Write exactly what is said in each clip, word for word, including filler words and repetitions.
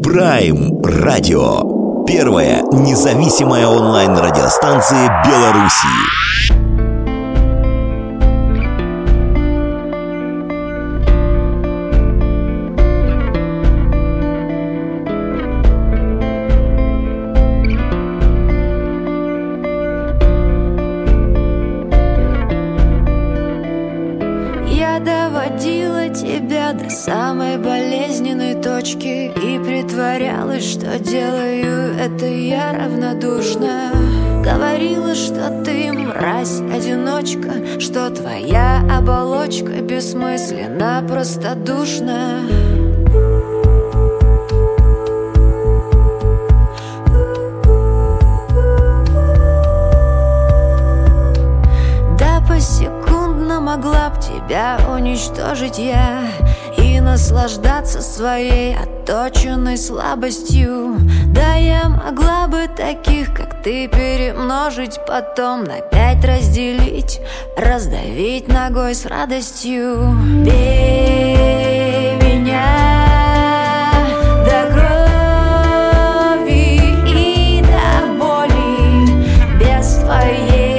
Prime Radio. Первая независимая онлайн-радиостанция Беларуси. Самой болезненной точки и притворялась, что делаю это я равнодушно. Говорила, что ты мразь-одиночка, что твоя оболочка бессмысленна, простодушна. Да, посекундно могла б тебя уничтожить я и наслаждаться своей отточенной слабостью. Да, я могла бы таких, как ты, перемножить, потом на пять разделить, раздавить ногой с радостью. Бей меня до крови и до боли, без твоей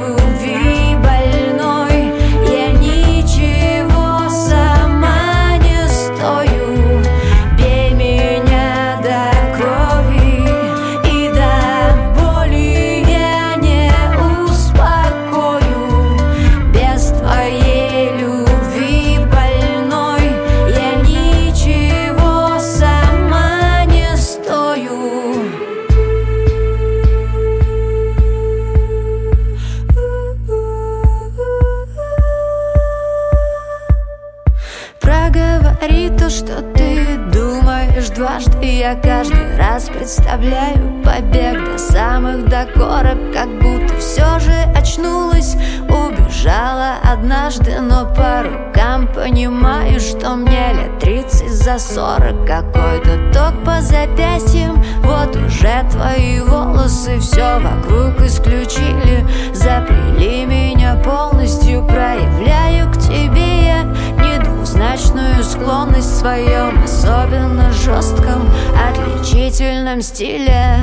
я каждый раз представляю побег до самых докорок, как будто все же очнулась, убежала однажды, но по рукам понимаю, что мне лет тридцать за сорок. Какой-то ток по запястьям, вот уже твои волосы все вокруг исключили, заплели меня полностью, проявляю к тебе я недвузначную склонность в своем особенно жестком отличительном стиле.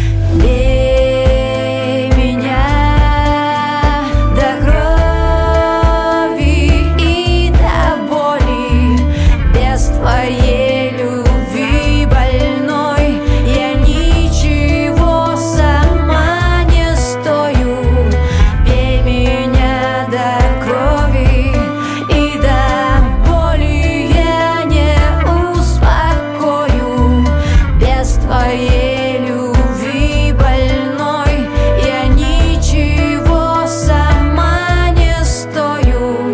Бей меня до крови и до боли, без твоей любви больной я ничего сама не стою. Бей меня до крови и до боли, я не успокою. Без твоей любви больной я ничего сама не стою.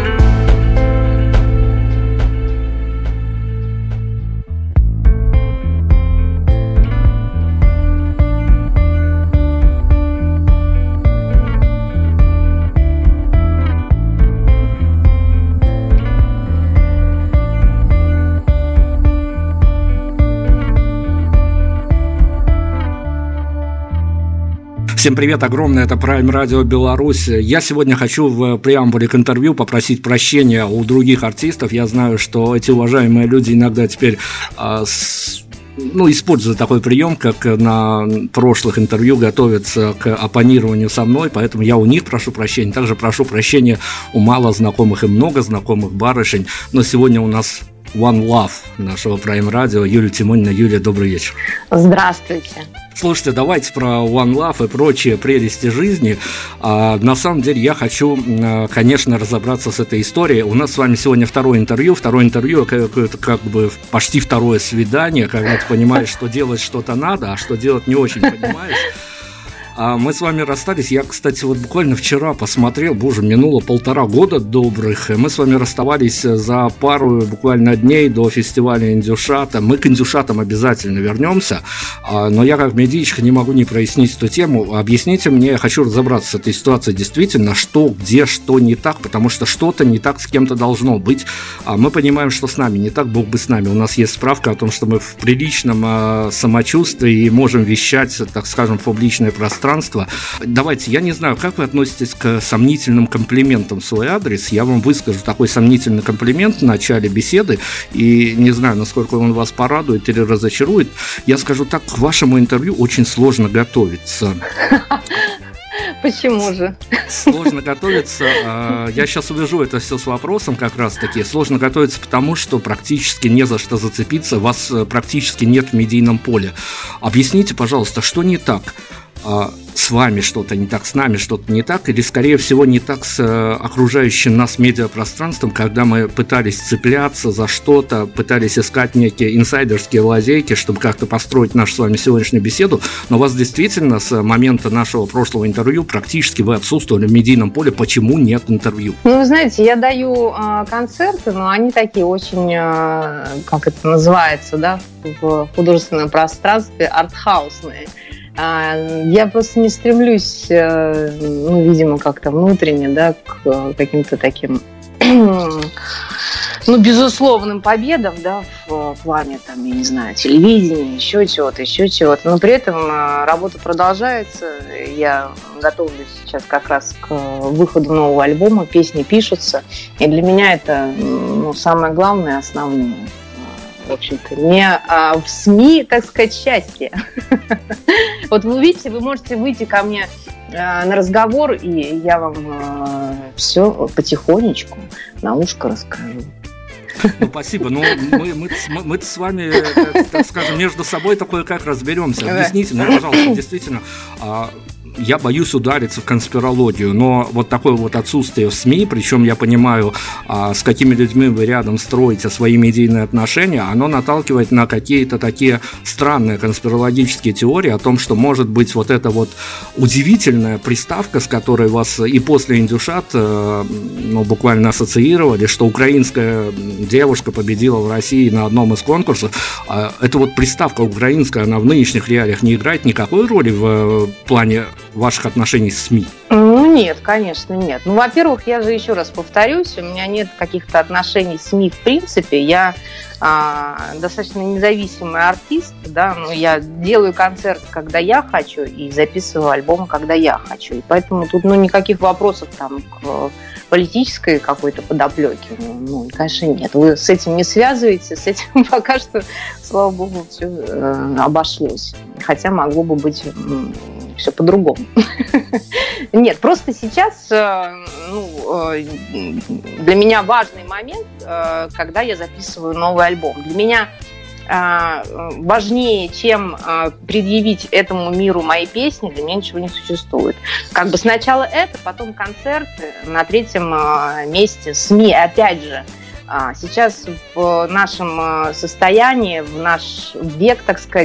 Всем привет, огромное, это Prime Radio Беларусь. Я сегодня хочу в преамбуле к интервью попросить прощения у других артистов. Я знаю, что эти уважаемые люди иногда теперь а, с, ну, используют такой прием, как на прошлых интервью готовятся к оппонированию со мной, поэтому я у них прошу прощения. Также прошу прощения у мало знакомых и много знакомых барышень. Но сегодня у нас One Love нашего Prime Radio. Юлия Тимонина. Юлия, добрый вечер. Здравствуйте. Слушайте, давайте про One Love и прочие прелести жизни. А, на самом деле я хочу, конечно, разобраться с этой историей. У нас с вами сегодня второе интервью. Второе интервью – это как бы почти второе свидание, когда ты понимаешь, что делать что-то надо, а что делать не очень понимаешь. А мы с вами расстались. Я, кстати, вот буквально вчера посмотрел, боже, минуло полтора года добрых. Мы с вами расставались за пару буквально дней до фестиваля Индюшата. Мы к Индюшатам обязательно вернемся. Но я, как медийщик, не могу не прояснить эту тему. Объясните мне, я хочу разобраться с этой ситуацией действительно, что, где, что не так, потому что что-то не так с кем-то должно быть. Мы понимаем, что с нами не так, Бог бы с нами. У нас есть справка о том, что мы в приличном самочувствии и можем вещать, так скажем, в публичное пространство. медиапространства. Давайте, я не знаю, как вы относитесь к сомнительным комплиментам в свой адрес. Я вам выскажу такой сомнительный комплимент в начале беседы, и не знаю, насколько он вас порадует или разочарует. Я скажу так, к вашему интервью очень сложно готовиться. Почему же? Сложно готовиться. Я сейчас увяжу это все с вопросом как раз-таки. Сложно готовиться потому, что практически не за что зацепиться, вас практически нет в медийном поле. Объясните, пожалуйста, что не так? С вами что-то не так, с нами что-то не так, или, скорее всего, не так с окружающим нас медиапространством, когда мы пытались цепляться за что-то, пытались искать некие инсайдерские лазейки, чтобы как-то построить нашу с вами сегодняшнюю беседу, но вас действительно с момента нашего прошлого интервью практически вы отсутствовали в медийном поле. Почему нет интервью? Ну, вы знаете, я даю э, концерты, но они такие очень, э, как это называется, да, в художественном пространстве, артхаусные. Я просто не стремлюсь, ну, видимо, как-то внутренне, да, к каким-то таким, ну, безусловным победам, да, в плане, там, я не знаю, телевидения, еще чего-то, еще чего-то. Но при этом работа продолжается. Я готовлюсь сейчас как раз к выходу нового альбома, песни пишутся. И для меня это, ну, самое главное, основное. В общем-то, не а, в СМИ, так сказать, счастье. Вот вы видите, вы можете выйти ко мне а, на разговор, и я вам а, все потихонечку на ушко расскажу. Ну, спасибо. Но мы, мы, мы, мы с вами, так, так скажем, между собой такое как разберемся. Объясните мне, пожалуйста, действительно, я боюсь удариться в конспирологию, но вот такое вот отсутствие в СМИ, причем я понимаю, а, с какими людьми вы рядом строите свои медийные отношения, оно наталкивает на какие-то такие странные конспирологические теории о том, что может быть вот эта вот удивительная приставка, с которой вас и после «Индюшат» э, ну, буквально ассоциировали, что украинская девушка победила в России на одном из конкурсов. А эта вот приставка украинская, она в нынешних реалиях не играет никакой роли в плане ваших отношений с СМИ? Ну, нет, конечно, нет. Ну, во-первых, я же еще раз повторюсь, у меня нет каких-то отношений с СМИ в принципе. Я а, достаточно независимый артист, да, но я делаю концерт, когда я хочу, и записываю альбом, когда я хочу. И поэтому тут, ну, никаких вопросов там к политической какой-то подоплеки, ну, конечно, нет. Вы с этим не связываете, с этим пока что, слава богу, все э, обошлось. Хотя могло бы быть все по-другому. Нет, просто сейчас ну, для меня важный момент, когда я записываю новый альбом. Для меня важнее, чем предъявить этому миру мои песни, для меня ничего не существует. Как бы сначала это, потом концерты, на третьем месте СМИ. Опять же, сейчас в нашем состоянии, в наш век, так сказать,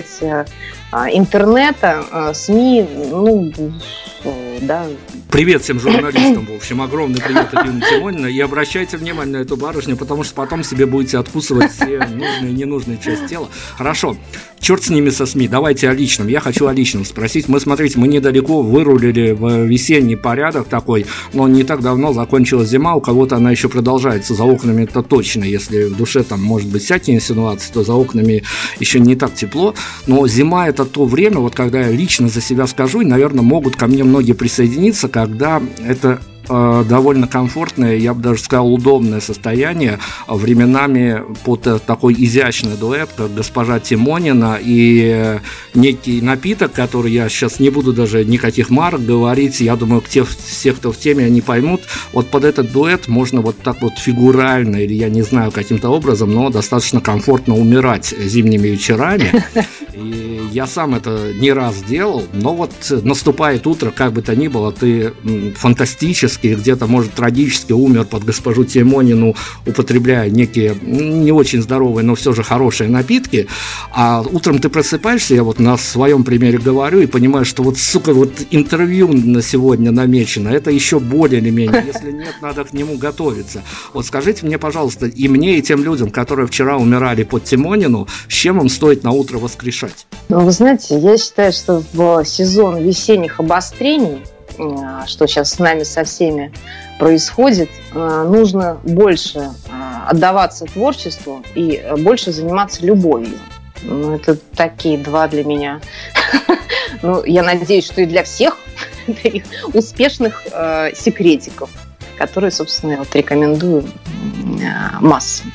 интернета, СМИ, ну, да. Привет всем журналистам, в общем, огромный привет от Ирины Тимонина, и обращайте внимание на эту барышню, потому что потом себе будете откусывать все нужные и ненужные части тела. Хорошо, черт с ними со СМИ, давайте о личном, я хочу о личном спросить. Мы, смотрите, мы недалеко вырулили в весенний порядок такой, но не так давно закончилась зима, у кого-то она еще продолжается, за окнами это точно, если в душе там может быть всякие инсинуации, то за окнами еще не так тепло, но зима это то время, вот когда я лично за себя скажу, и, наверное, могут ко мне многие присоединиться, когда это э, довольно комфортное, я бы даже сказал, удобное состояние, временами под э, такой изящный дуэт, как госпожа Тимонина и э, некий напиток, который я сейчас не буду даже никаких марок говорить, я думаю, те, все, кто в теме, они поймут, вот под этот дуэт можно вот так вот фигурально, или я не знаю, каким-то образом, но достаточно комфортно умирать зимними вечерами. И я сам это не раз делал, но вот наступает утро, как бы то ни было, ты фантастически, где-то, может, трагически умер под госпожу Тимонину, употребляя некие не очень здоровые, но все же хорошие напитки, а утром ты просыпаешься, я вот на своем примере говорю, и понимаю, что вот, сука, вот интервью на сегодня намечено, это еще более или менее, если нет, надо к нему готовиться. Вот скажите мне, пожалуйста, и мне, и тем людям, которые вчера умирали под Тимонину, с чем им стоит на утро воскрешать? Ну, вы знаете, я считаю, что в сезон весенних обострений, что сейчас с нами со всеми происходит, нужно больше отдаваться творчеству и больше заниматься любовью. Ну, это такие два для меня Ну, я надеюсь, что и для всех таких успешных э, секретиков, которые, собственно, вот рекомендую э, массам.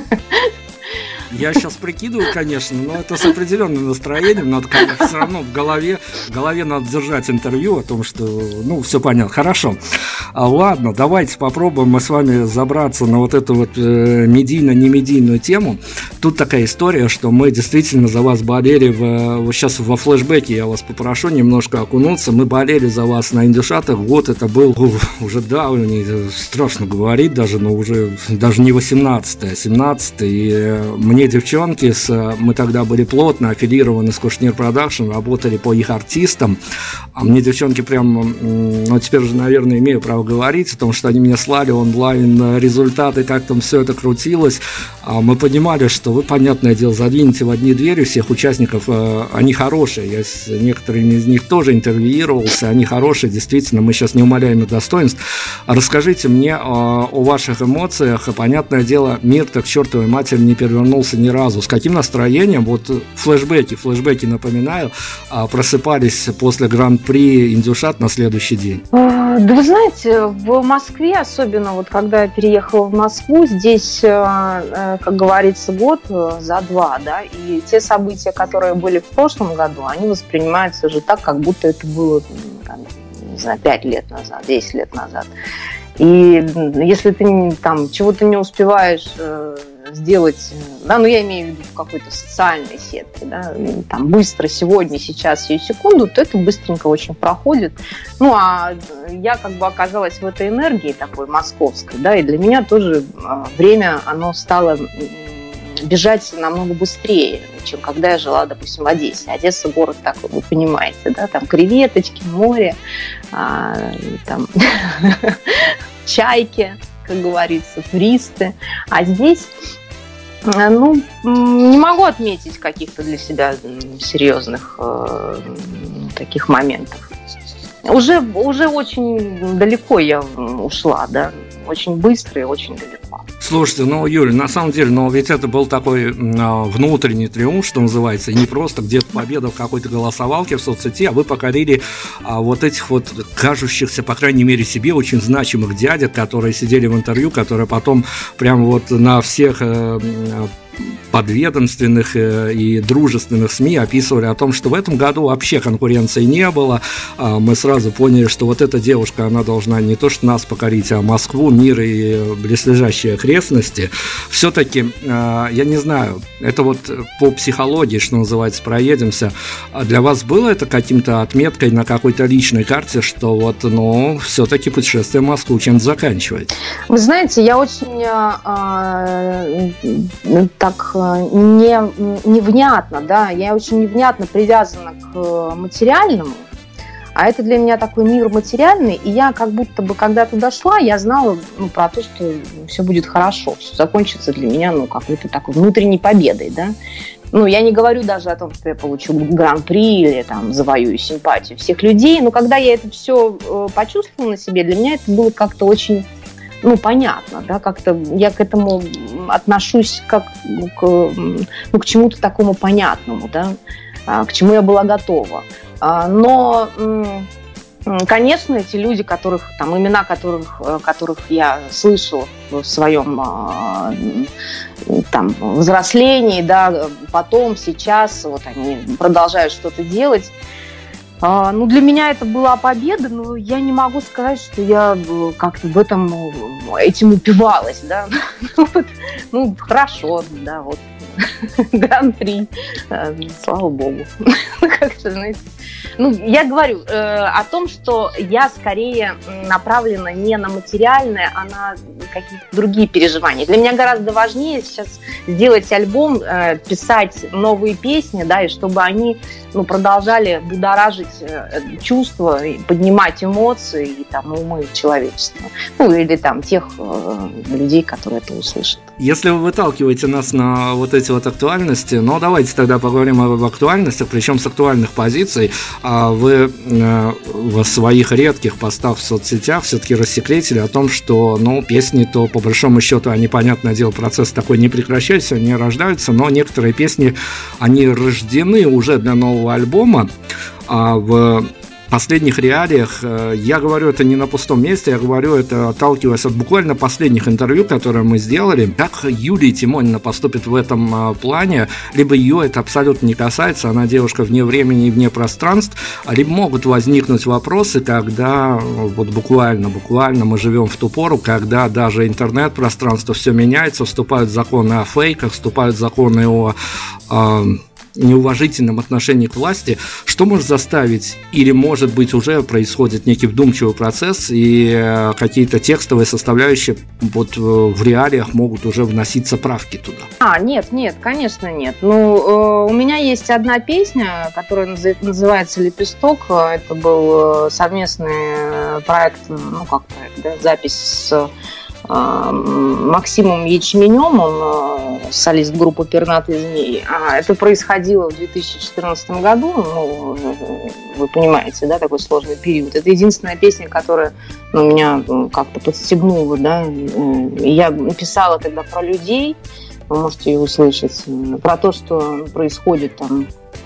Я сейчас прикидываю, конечно, но это с определенным настроением. Надо, конечно, все равно в голове, в голове надо держать интервью о том, что, ну, все понятно. Хорошо. А, ладно, давайте попробуем мы с вами забраться на вот эту вот э, медийно-немедийную тему. Тут такая история, что мы действительно за вас болели. В, вот сейчас во флешбеке я вас попрошу немножко окунуться. Мы болели за вас на индюшатах. Год это был уже давний, страшно говорить даже, но уже даже не восемнадцатый, а семнадцатый. И мне девчонки, с, мы тогда были плотно аффилированы с Кушнир Продакшн, работали по их артистам, а мне девчонки прям, ну теперь же, наверное, имею право говорить о том, что они мне слали онлайн результаты, как там все это крутилось, а мы понимали, что вы, понятное дело, задвинете в одни двери всех участников, они хорошие, я с некоторыми из них тоже интервьюировался, они хорошие, действительно, мы сейчас не умаляем их достоинств. Расскажите мне о, о ваших эмоциях, понятное дело, мир так к чертовой матери не перевернулся ни разу. С каким настроением, вот флешбеки, флешбеки, напоминаю, просыпались после Гран-при Индюшат на следующий день? Да вы знаете, в Москве, особенно вот когда я переехала в Москву, здесь, как говорится, год за два, да, и те события, которые были в прошлом году, они воспринимаются уже так, как будто это было, не знаю, пять лет назад, десять лет назад. И если ты там чего-то не успеваешь сделать, да, ну я имею в виду в какой-то социальной сетке, да, там быстро, сегодня, сейчас, сию секунду, то это быстренько очень проходит. Ну, а я как бы оказалась в этой энергии такой московской, да, и для меня тоже время, оно стало бежать намного быстрее, чем когда я жила, допустим, в Одессе. Одесса город такой, вы понимаете, да, там креветочки, море, а, там чайки, как говорится, туристы. А здесь, ну, не могу отметить каких-то для себя серьезных э, таких моментов. Уже, уже очень далеко я ушла, да, очень быстро и очень далеко. Слушайте, ну, Юль, на самом деле, ну, ведь это был такой э, внутренний триумф, что называется, и не просто где-то победа в какой-то голосовалке в соцсети, а вы покорили а, вот этих вот кажущихся, по крайней мере, себе очень значимых дядек, которые сидели в интервью, которые потом прям вот на всех э, подведомственных и дружественных СМИ описывали о том, что в этом году вообще конкуренции не было. Мы сразу поняли, что вот эта девушка, она должна не то что нас покорить, а Москву, мир и близлежащие окрестности. Все-таки, я не знаю, это вот по психологии, что называется, проедемся. Для вас было это каким-то отметкой на какой-то личной карте, что вот, ну, все-таки путешествие в Москву чем-то заканчивается? Вы знаете, я очень э, так не, невнятно, да, я очень невнятно привязана к материальному, а это для меня такой мир материальный, и я как будто бы, когда туда шла, я знала, ну, про то, что все будет хорошо, все закончится для меня, ну, какой-то такой внутренней победой, да. Ну, я не говорю даже о том, что я получу гран-при или там завоюю симпатию всех людей, но когда я это все э, почувствовала на себе, для меня это было как-то очень, ну, понятно, да, как-то я к этому отношусь как к, ну, к чему-то такому понятному, да, к чему я была готова. Но, конечно, эти люди, которых, там, имена которых, которых я слышу в своем там, взрослении, да, потом, сейчас, вот они продолжают что-то делать. Ну, для меня это была победа, но я не могу сказать, что я как-то в этом этим упивалась, да. Ну, хорошо, да, вот. Гран-при, слава богу. Как-то, знаете. Ну, я говорю э, о том, что я скорее направлена не на материальное, а на какие-то другие переживания. Для меня гораздо важнее сейчас сделать альбом, э, писать новые песни, да, и чтобы они, ну, продолжали будоражить э, чувства, поднимать эмоции и там умы человечества. Ну, или там тех э, людей, которые это услышат. Если вы выталкиваете нас на вот эти вот актуальности, ну, давайте тогда поговорим об актуальностях, причем с актуальных позиций. Вы в своих редких постах в соцсетях все-таки рассекретили о том, что, ну, песни-то, по большому счету, они, понятное дело, процесс такой не прекращается, они рождаются, но некоторые песни, они рождены уже для нового альбома. а в последних реалиях, я говорю это не на пустом месте, я говорю это, отталкиваясь от буквально последних интервью, которые мы сделали, как Юлия Тимонина поступит в этом плане, либо ее это абсолютно не касается, она девушка вне времени и вне пространств, либо могут возникнуть вопросы, когда вот буквально, буквально мы живем в ту пору, когда даже интернет-пространство все меняется, вступают законы о фейках, вступают законы о... о неуважительном отношении к власти, что может заставить, или может быть уже происходит некий вдумчивый процесс, и какие-то текстовые составляющие вот в реалиях могут уже вноситься правки туда? А, нет, нет, конечно нет. Ну, э, у меня есть одна песня, которая называется «Лепесток». Это был совместный проект, ну как проект, да, запись с Максимом Ячменем, он солист группы «Пернатые змеи». Это происходило в две тысячи четырнадцатом году, ну, вы понимаете, да, такой сложный период. Это единственная песня, которая ну, меня как-то подстегнула, да. Я написала тогда про людей, вы можете ее услышать, про то, что происходит там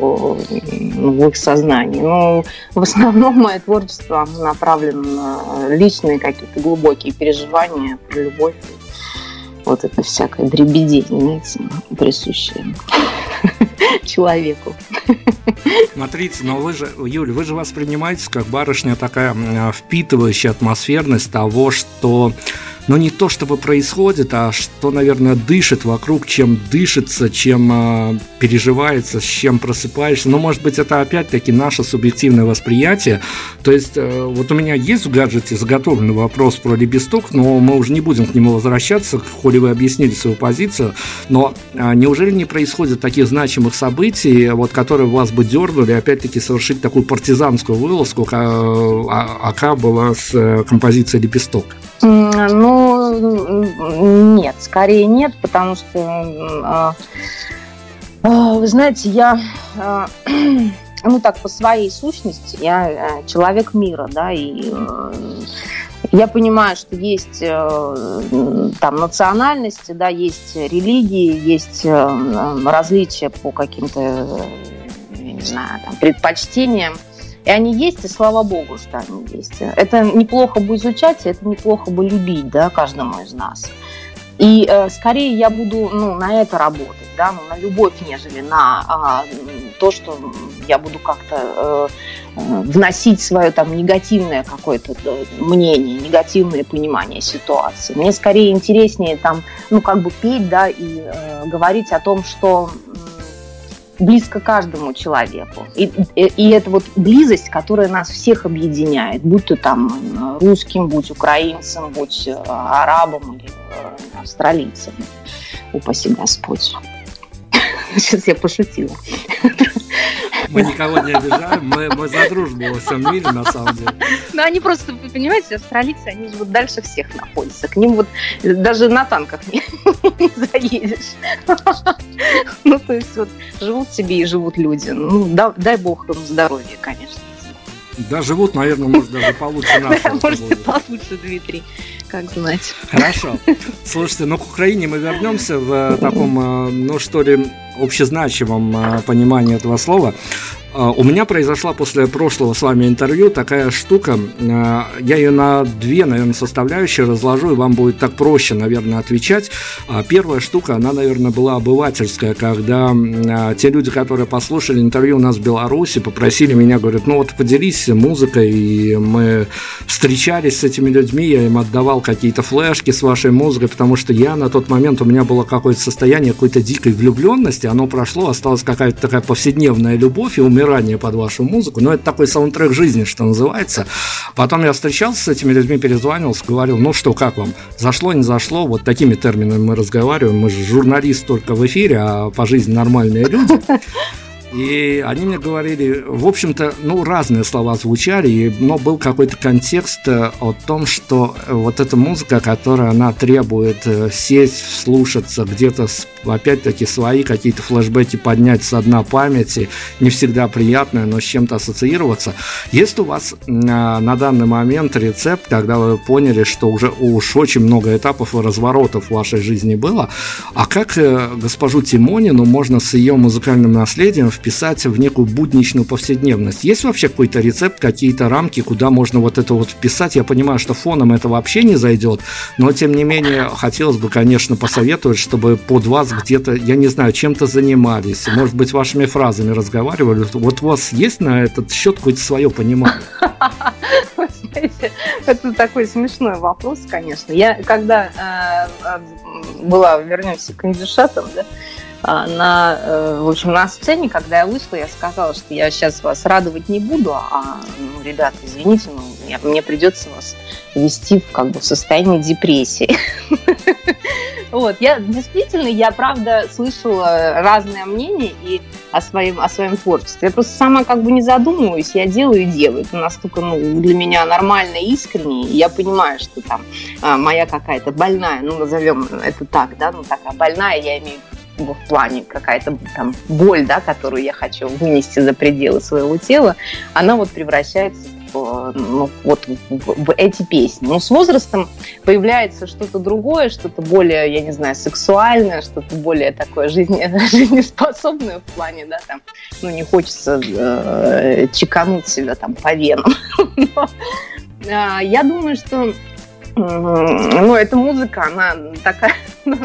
в их сознании. Но в основном мое творчество направлено на личные какие-то глубокие переживания, про любовь. Вот это всякое дребедень, знаете, присущее человеку. Смотрите, но вы же, Юль, вы же воспринимаете как барышня такая впитывающая атмосферность того, что но не то, чтобы происходит, а что, наверное, дышит вокруг, чем дышится, чем э, переживается, с чем просыпаешься. Но, может быть, это опять-таки наше субъективное восприятие. То есть, э, вот у меня есть в гаджете заготовленный вопрос про «Лепесток», но мы уже не будем к нему возвращаться, хоть вы объяснили свою позицию. Но э, неужели не происходит таких значимых событий, вот, которые вас бы дернули, опять-таки, совершить такую партизанскую вылазку, как АК была с э, композицией «Лепесток»? Ну, нет, скорее нет, потому что, вы знаете, я, ну так, по своей сущности, я человек мира, да, и я понимаю, что есть там национальности, да, есть религии, есть различия по каким-то, я не знаю, там, предпочтениям. И они есть, и слава богу, что они есть. Это неплохо бы изучать, это неплохо бы любить, да, каждому из нас. И э, скорее я буду ну, на это работать, да, ну, на любовь, нежели на а, то, что я буду как-то э, вносить свое там негативное какое-то мнение, негативное понимание ситуации. Мне скорее интереснее там, ну, как бы петь, да, и э, говорить о том, что близко каждому человеку. И, и, и это вот близость, которая нас всех объединяет, будь то там русским, будь украинцем, будь арабом или австралийцем. Упаси Господь. Сейчас я пошутила. Мы никого не обижаем, мы, мы за дружбу во всем мире, на самом деле. Ну, они просто, вы понимаете, австралийцы, они живут дальше всех находятся. К ним вот даже на танках не, не заедешь. Ну, то есть вот живут себе и живут люди. Ну, дай, дай бог им здоровья, конечно. Да, живут, наверное, может, даже получше нашего. Да, может, и получше, Дмитрий, как знать. Хорошо. Слушайте, ну, к Украине мы вернемся в таком, ну, что ли, общезначимом понимании этого слова. У меня произошла после прошлого с вами интервью такая штука, я ее на две, наверное, составляющие разложу, и вам будет так проще, наверное, отвечать. Первая штука, она, наверное, была обывательская, когда те люди, которые послушали интервью у нас в Беларуси, попросили меня, говорят, ну вот поделись музыкой, и мы встречались с этими людьми, я им отдавал какие-то флешки с вашей музыкой, потому что я на тот момент, у меня было какое-то состояние какой-то дикой влюбленности, оно прошло, осталась какая-то такая повседневная любовь и умирание под вашу музыку, но это такой саундтрек жизни, что называется. Потом я встречался с этими людьми, перезванивался, говорил, ну что, как вам? Зашло, не зашло? Вот такими терминами мы разговариваем, мы же журналист только в эфире, а по жизни нормальные люди. И они мне говорили, в общем-то, ну, разные слова звучали, но был какой-то контекст о том, что вот эта музыка, которая она требует сесть, слушаться, где-то, опять-таки, свои какие-то флешбеки поднять со дна памяти, не всегда приятное, но с чем-то ассоциироваться. Есть у вас на данный момент рецепт, когда вы поняли, что уже уж очень много этапов и разворотов в вашей жизни было, а как госпожу Тимонину можно с ее музыкальным наследием вписать в некую будничную повседневность. Есть вообще какой-то рецепт, какие-то рамки, куда можно вот это вот вписать? Я понимаю, что фоном это вообще не зайдет, но тем не менее хотелось бы, конечно, посоветовать, чтобы под вас где-то, я не знаю, чем-то занимались, может быть, вашими фразами разговаривали. Вот у вас есть на этот счет какое-то свое понимание? Вы знаете, это такой смешной вопрос, конечно. Я когда э, была, вернемся к индюшатам, да, на, э, в общем, на сцене, когда я вышла, я сказала, что я сейчас вас радовать не буду, а, ну, ребята, извините, но я, мне придется вас вести в, как бы, в состоянии депрессии. Вот, я действительно, я правда слышала разные мнения и о своем, о своем творчестве. Я просто сама как бы не задумываюсь, я делаю и делаю. Это настолько, ну, для меня нормально и искренне. И я понимаю, что там а, моя какая-то больная, ну, назовем это так, да, ну, такая больная, я имею в плане какая-то там боль, да, которую я хочу вынести за пределы своего тела, она вот превращается в, ну, вот в, в эти песни. Но с возрастом появляется что-то другое, что-то более, я не знаю, сексуальное, что-то более такое жизне, жизнеспособное в плане, да, там, ну, не хочется э, чекануть себя там по венам. Но, э, я думаю, что ну, эта музыка, она такая ну,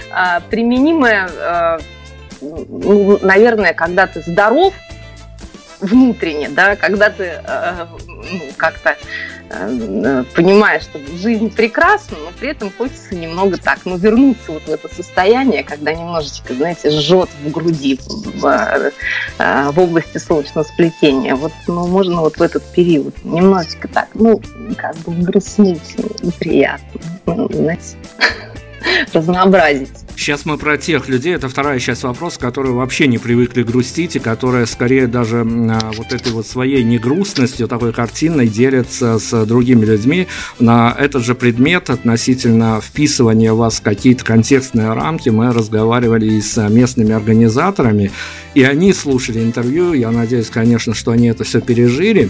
применимая, ну, наверное, когда ты здоров внутренне, да, когда ты ну, как-то понимаешь, что жизнь прекрасна, но при этом хочется немного так, ну, вернуться вот в это состояние, когда немножечко, знаете, жжет в груди, в, в области солнечного сплетения. Вот, ну, можно вот в этот период немножечко так, ну, как бы грустнуть, неприятно, ну, знаете, разнообразить. Сейчас мы про тех людей, это вторая часть вопроса, которые вообще не привыкли грустить и которые скорее даже а, вот этой вот своей негрустностью, такой картинной делятся с другими людьми на этот же предмет относительно вписывания вас в какие-то контекстные рамки. Мы разговаривали и с местными организаторами, и они слушали интервью, я надеюсь, конечно, что они это все пережили.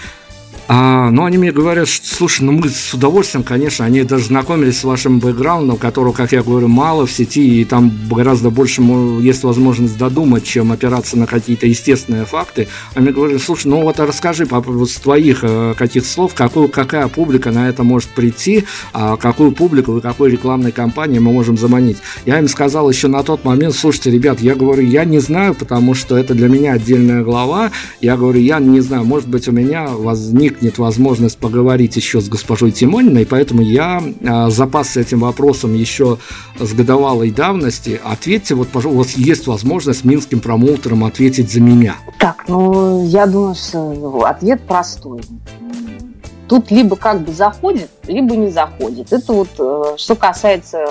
А, но они мне говорят, что, слушай, ну мы с удовольствием, конечно, они даже знакомились с вашим бэкграундом, которого, как я говорю, мало в сети, и там гораздо больше есть возможность додумать, чем опираться на какие-то естественные факты. Они говорят, слушай, ну вот расскажи вот с твоих э, каких слов, какую, какая публика на это может прийти, а какую публику и какой рекламной кампании мы можем заманить. Я им сказал еще на тот момент, слушайте, ребят, я говорю, я не знаю, потому что это для меня отдельная глава, я говорю, я не знаю, может быть, у меня возник нет возможность поговорить еще с госпожой Тимониной, поэтому я а, запасся этим вопросом еще с годовалой давности. Ответьте, вот, пожалуйста, у вас есть возможность минским промоутерам ответить за меня. Так, ну, я думаю, что ответ простой. Тут либо как бы заходит, либо не заходит. Это вот что касается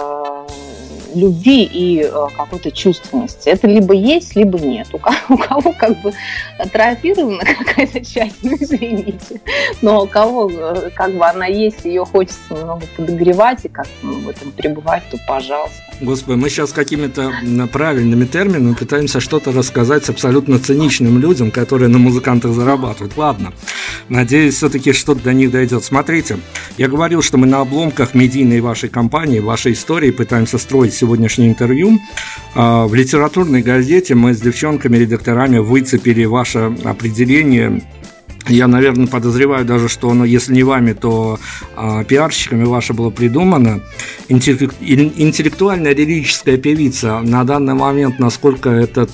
любви и какой-то чувственности. Это либо есть, либо нет. У кого, у кого как бы атрофирована какая-то часть, ну извините, но у кого как бы она есть, ее хочется немного подогревать и как-то ну, в этом пребывать, то пожалуйста. Господи, мы сейчас какими-то правильными терминами пытаемся что-то рассказать абсолютно циничным людям, которые на музыкантах зарабатывают. Ладно, надеюсь, все-таки что-то до них дойдет. Смотрите, я говорил, что мы на обломках медийной вашей компании, вашей истории пытаемся строить сегодняшнее интервью. В литературной газете мы с девчонками-редакторами выцепили ваше определение. Я, наверное, подозреваю даже, что оно, если не вами, то а, пиарщиками ваше было придумано. Интеллект, интеллектуальная лирическая певица. На данный момент, насколько это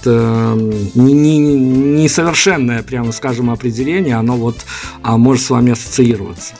несовершенное, не, не прямо скажем, определение, оно вот а, может с вами ассоциироваться.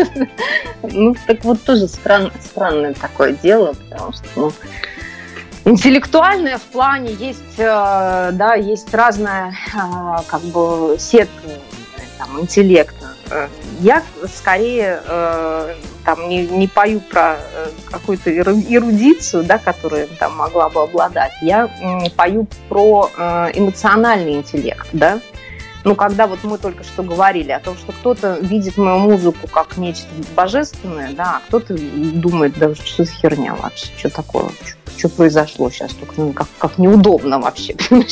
Ну, так вот тоже странное, странное такое дело, потому что, ну, интеллектуальное в плане есть, да, есть разная, как бы, сетка там, интеллекта. Я скорее э, там, не, не пою про э, какую-то эрудицию, да, которую там могла бы обладать. Я э, пою про э, эмоциональный интеллект, да. Ну, когда вот мы только что говорили о том, что кто-то видит мою музыку как нечто божественное, да, а кто-то думает, да, что за херня вообще, что такое вообще? Что произошло сейчас, только ну, как, как неудобно вообще.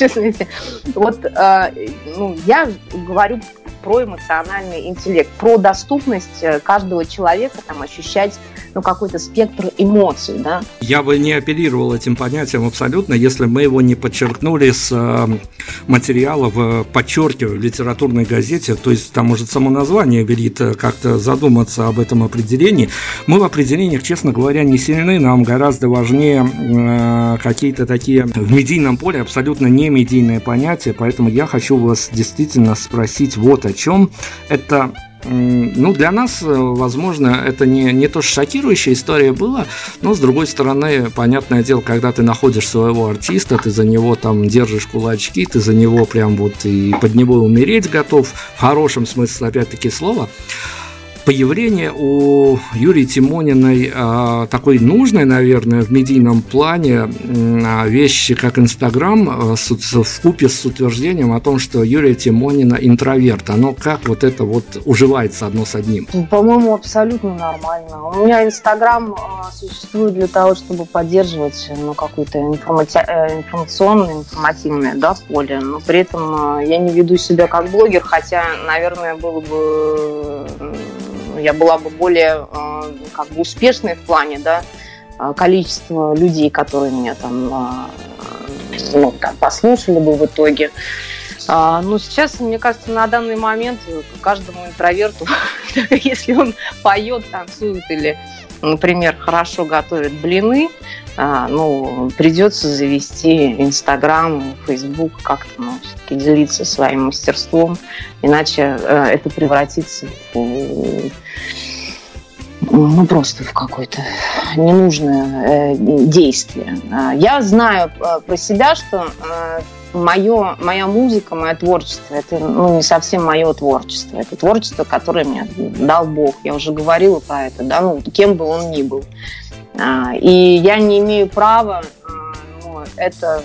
Вот э, ну, я говорю про эмоциональный интеллект, про доступность каждого человека там, ощущать ну, какой-то спектр эмоций, да. Я бы не апеллировал этим понятием абсолютно, если мы его не подчеркнули с э, материала в, подчеркиваю, в литературной газете, то есть там уже само название велит как-то задуматься об этом определении. Мы в определениях, честно говоря, не сильны, нам гораздо важнее э, какие-то такие в медийном поле абсолютно не медийные понятия, поэтому я хочу вас действительно спросить вот о чем. Это, ну, для нас, возможно, это не, не то, что шокирующая история была, но, с другой стороны, понятное дело, когда ты находишь своего артиста, ты за него там держишь кулачки, ты за него прям вот и под него умереть готов, в хорошем смысле, опять-таки, слова. Появление у Юлии Тимониной э, такой нужной, наверное, в медийном плане э, вещи, как Инстаграм, э, вкупе с утверждением о том, что Юлия Тимонина интроверт. Оно как вот это вот уживается одно с одним? По-моему, абсолютно нормально. У меня Инстаграм э, существует для того, чтобы поддерживать ну, какое-то информати- э, информационное, информативное, да, поле, но при этом э, я не веду себя как блогер, хотя, наверное, было бы... Э, я была бы более э, как бы успешной в плане, да, количества людей, которые меня там, э, ну, там послушали бы в итоге. А, ну, сейчас, мне кажется, на данный момент каждому интроверту, если он поет, танцует или, например, хорошо готовит блины, а, ну, придется завести Инстаграм, Фейсбук, как-то, ну, все-таки делиться своим мастерством, иначе э, это превратится в, ну, просто в какое-то ненужное э, действие. Я знаю э, про себя, что э, Мое, моя музыка, мое творчество, это ну, не совсем мое творчество. Это творчество, которое мне дал Бог. Я уже говорила про это, да, ну, кем бы он ни был. И я не имею права, ну, это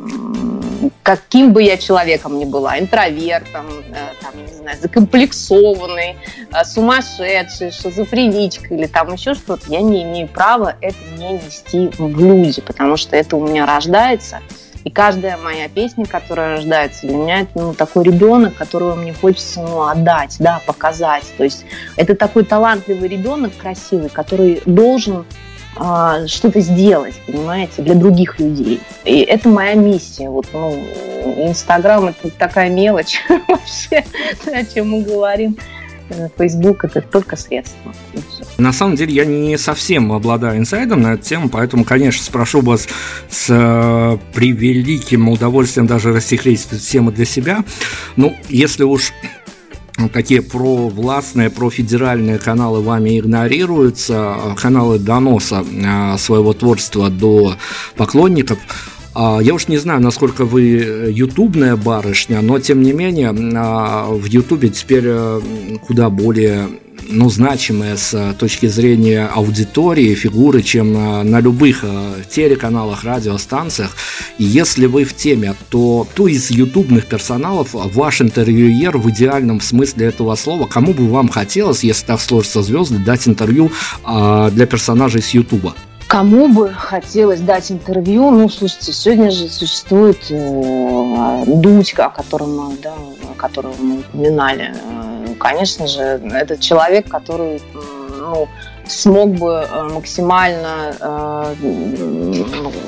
каким бы я человеком ни была, интровертом, там, не знаю, закомплексованный, сумасшедший, шизофреничка или там еще что-то, я не имею права это не нести в люди, потому что это у меня рождается. И каждая моя песня, которая рождается, для меня это ну, такой ребенок, которого мне хочется ну, отдать, да, показать. То есть это такой талантливый ребенок, красивый, который должен э, что-то сделать, понимаете, для других людей. И это моя миссия. Вот, ну, Инстаграм – это такая мелочь вообще, о чем мы говорим. Фейсбук – это только средство. На самом деле я не совсем обладаю инсайдом на эту тему, поэтому, конечно, спрошу вас с э, превеликим удовольствием даже рассекретить эту тему для себя. Ну, если уж такие провластные, профедеральные каналы вами игнорируются, каналы доноса э, своего творчества до поклонников, я уж не знаю, насколько вы ютубная барышня, но тем не менее в ютубе теперь куда более ну, значимые с точки зрения аудитории фигуры, чем на любых телеканалах, радиостанциях. И если вы в теме, то кто из ютубных персоналов ваш интервьюер в идеальном смысле этого слова, кому бы вам хотелось, если так сложатся звезды, дать интервью для персонажей с ютуба? Кому бы хотелось дать интервью? Ну, слушайте, сегодня же существует э, Дудь, о котором мы, да, которого мы упоминали. Конечно же, это человек, который ну, смог бы максимально, э,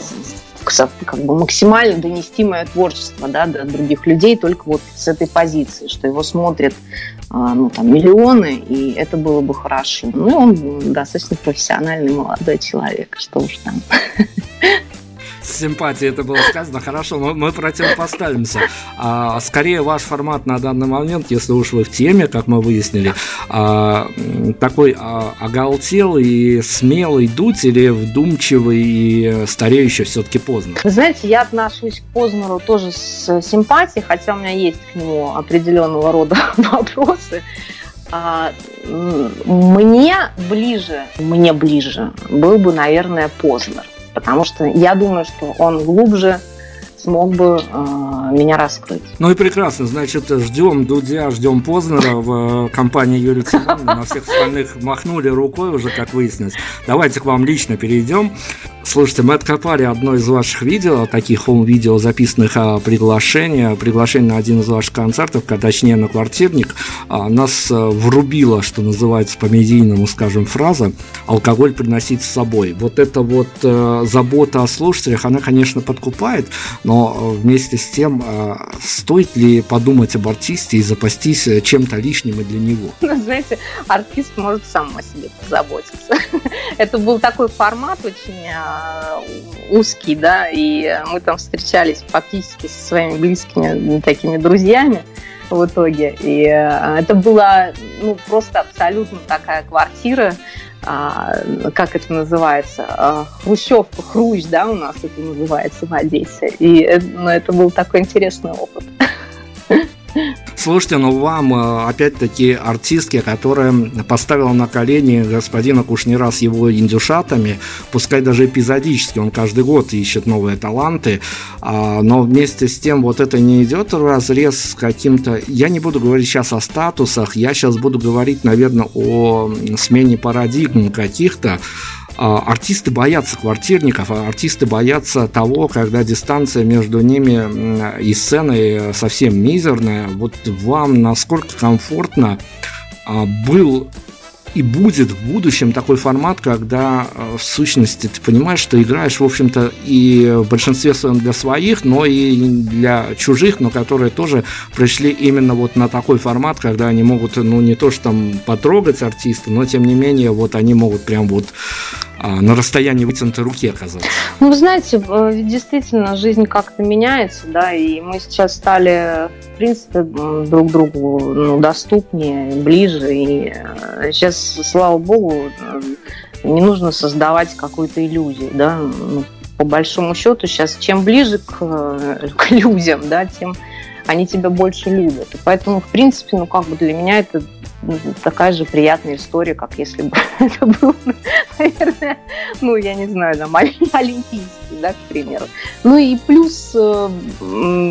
как бы максимально донести мое творчество, да, до других людей только вот с этой позиции, что его смотрят ну, там, миллионы, и это было бы хорошо. Ну, он достаточно профессиональный молодой человек, что уж там. С симпатией это было сказано. Хорошо, мы, мы противопоставимся. А, скорее, ваш формат на данный момент, если уж вы в теме, как мы выяснили, а, такой а, оголтелый, смелый Дудь или вдумчивый и стареющий все-таки Познер? Вы знаете, я отношусь к Познеру тоже с симпатией, хотя у меня есть к нему определенного рода вопросы. А, мне ближе, мне ближе был бы, наверное, Познер. Потому что я думаю, что он глубже смог бы э, меня раскрыть. Ну и прекрасно. Значит, ждем Дудя, ждем Познера в э, компании Юлии Тимониной. На всех остальных махнули рукой уже, как выяснилось. Давайте к вам лично перейдем. Слушайте, мы откопали одно из ваших видео, таких хоум-видео, записанных а, приглашения, приглашение на один из ваших концертов, а, точнее на квартирник. А, нас а, врубила, что называется по-медийному, скажем, фраза «алкоголь приносить с собой». Вот эта вот а, забота о слушателях, она, конечно, подкупает, но а, вместе с тем, а, стоит ли подумать об артисте и запастись чем-то лишним и для него? Ну, знаете, артист может сам о себе позаботиться. Это был такой формат очень узкий, да, и мы там встречались фактически со своими близкими такими друзьями в итоге. И это была, ну, просто абсолютно такая квартира, как это называется, хрущевка, хрущ, да, у нас это называется в Одессе. И ну, это был такой интересный опыт. Слушайте, ну вам, опять-таки, артистке, которая поставила на колени господина Кушнира с его индюшатами, пускай даже эпизодически, он каждый год ищет новые таланты, но вместе с тем вот это не идет вразрез с каким-то... Я не буду говорить сейчас о статусах, я сейчас буду говорить, наверное, о смене парадигм каких-то. Артисты боятся квартирников, а артисты боятся того, когда дистанция между ними и сценой совсем мизерная. Вот вам насколько комфортно был и будет в будущем такой формат, когда в сущности ты понимаешь, что играешь, в общем-то, и в большинстве своем для своих, но и для чужих, но которые тоже пришли именно вот на такой формат, когда они могут, ну, не то что там потрогать артиста, но тем не менее, вот они могут прям вот на расстоянии вытянутой руки оказаться. Ну, вы знаете, действительно, жизнь как-то меняется, да, и мы сейчас стали, в принципе, друг другу, ну, доступнее, ближе, и сейчас, слава богу, не нужно создавать какую-то иллюзию, да, ну, по большому счету, сейчас чем ближе к, к людям, да, тем они тебя больше любят, и поэтому, в принципе, ну, как бы для меня это такая же приятная история, как если бы это был, наверное, ну, я не знаю, там, олимпийский, да, к примеру. Ну и плюс, ну,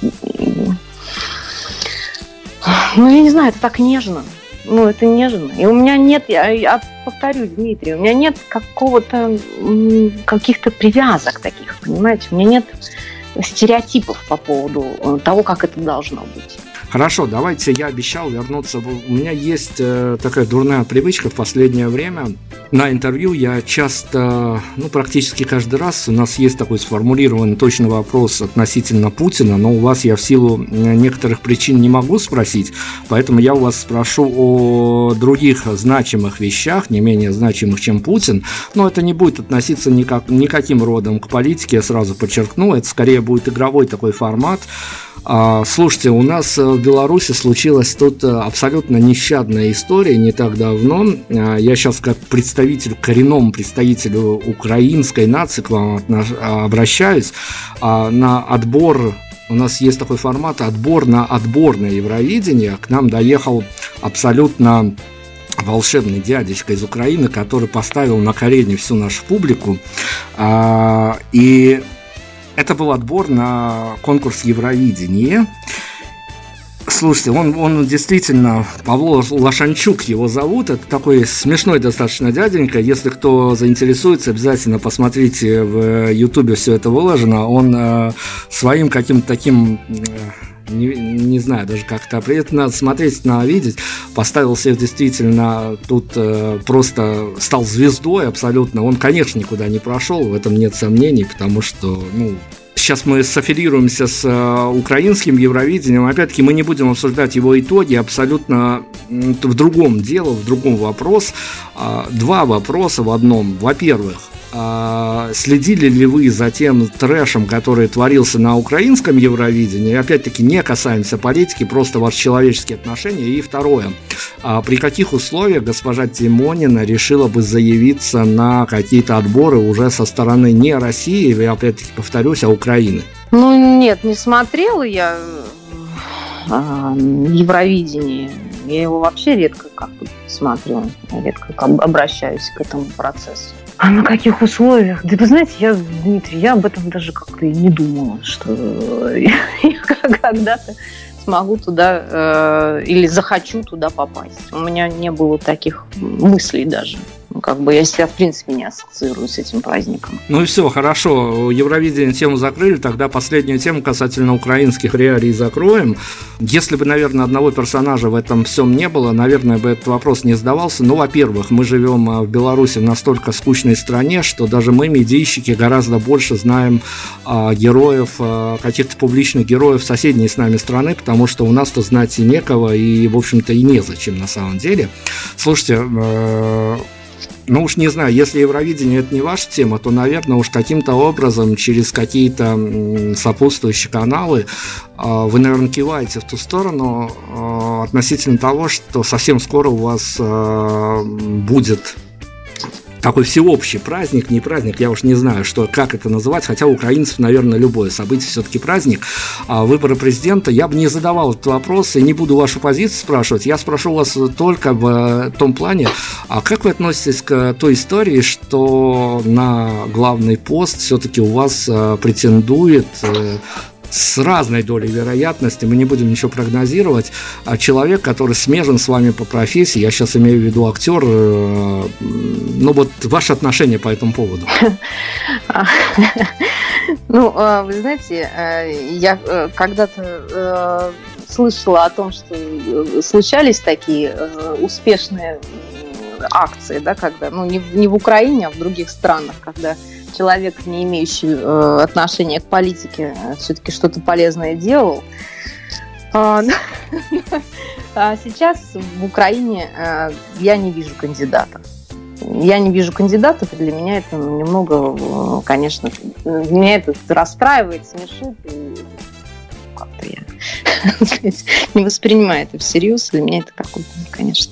я не знаю, это так нежно. Ну, это нежно. И у меня нет, я, я повторюсь, Дмитрий, у меня нет какого-то, каких-то привязок таких, понимаете? У меня нет стереотипов по поводу того, как это должно быть. Хорошо, давайте, я обещал вернуться. У меня есть э, такая дурная привычка в последнее время. На интервью я часто, ну, практически каждый раз, у нас есть такой сформулированный точный вопрос относительно Путина, но у вас я в силу некоторых причин не могу спросить, поэтому я у вас спрошу о других значимых вещах, не менее значимых, чем Путин, но это не будет относиться никак, никаким родом к политике, я сразу подчеркну, это скорее будет игровой такой формат. Слушайте, у нас в Беларуси случилась тут абсолютно нещадная история не так давно. Я сейчас как представитель, коренному представителю украинской нации к вам обращаюсь. На отбор, у нас есть такой формат, отбор на отборное Евровидение. К нам доехал абсолютно волшебный дядечка из Украины, который поставил на колени всю нашу публику. И это был отбор на конкурс Евровидения. Слушайте, он, он действительно, Павло Лошанчук его зовут, это такой смешной достаточно дяденька, если кто заинтересуется, обязательно посмотрите в Ютубе, все это выложено, он э, своим каким-то таким... Э, Не, не знаю даже как это, это надо смотреть, надо видеть, поставил себя действительно тут э, просто стал звездой абсолютно, он, конечно, никуда не прошел, в этом нет сомнений, потому что, ну, сейчас мы соффилируемся с э, украинским Евровидением, опять-таки мы не будем обсуждать его итоги, абсолютно в другом дело, в другом вопрос, э, два вопроса в одном, во-первых, следили ли вы за тем трэшем, который творился на украинском Евровидении? Опять-таки, не касаемся политики, просто ваши человеческие отношения. И второе. При каких условиях госпожа Тимонина решила бы заявиться на какие-то отборы уже со стороны не России, я опять-таки повторюсь, а Украины? Ну, нет, не смотрела я Евровидение. Я его вообще редко как-то смотрю, редко обращаюсь к этому процессу. А на каких условиях? Да вы знаете, я, Дмитрий, я об этом даже как-то и не думала, что я когда-то смогу туда э, или захочу туда попасть. У меня не было таких мыслей даже. как бы я себя в принципе не ассоциирую с этим праздником. Ну и все, хорошо, Евровидение тему закрыли, тогда последнюю тему касательно украинских реалий закроем. Если бы, наверное, одного персонажа в этом всем не было, наверное, бы этот вопрос не задавался. Ну, во-первых, мы живем в Беларуси в настолько скучной стране, что даже мы, медийщики, гораздо больше знаем а, героев, а, каких-то публичных героев соседней с нами страны, потому что у нас-то знать и некого, и, в общем-то, и незачем на самом деле. Слушайте, э- ну уж не знаю, если Евровидение это не ваша тема, то, наверное, уж каким-то образом через какие-то сопутствующие каналы вы, наверное, киваете в ту сторону относительно того, что совсем скоро у вас будет такой всеобщий праздник, не праздник, я уж не знаю, что, как это называть, хотя у украинцев, наверное, любое событие все-таки праздник. А выборы президента, я бы не задавал этот вопрос и не буду вашу позицию спрашивать, я спрошу вас только в том плане, а как вы относитесь к той истории, что на главный пост все-таки у вас претендует с разной долей вероятности, мы не будем ничего прогнозировать, а человек, который смежен с вами по профессии, я сейчас имею в виду актер, ну вот ваше отношение по этому поводу? Ну, вы знаете, я когда-то слышала о том, что случались такие успешные акции, да, когда, ну, не, не в Украине, а в других странах, когда человек, не имеющий э, отношения к политике, все-таки что-то полезное делал. А, а сейчас в Украине э, я не вижу кандидата. Я не вижу кандидатов, и для меня это немного, конечно, меня это расстраивает, смешит, и как-то я не воспринимаю это всерьез. Для меня это какой-то, конечно,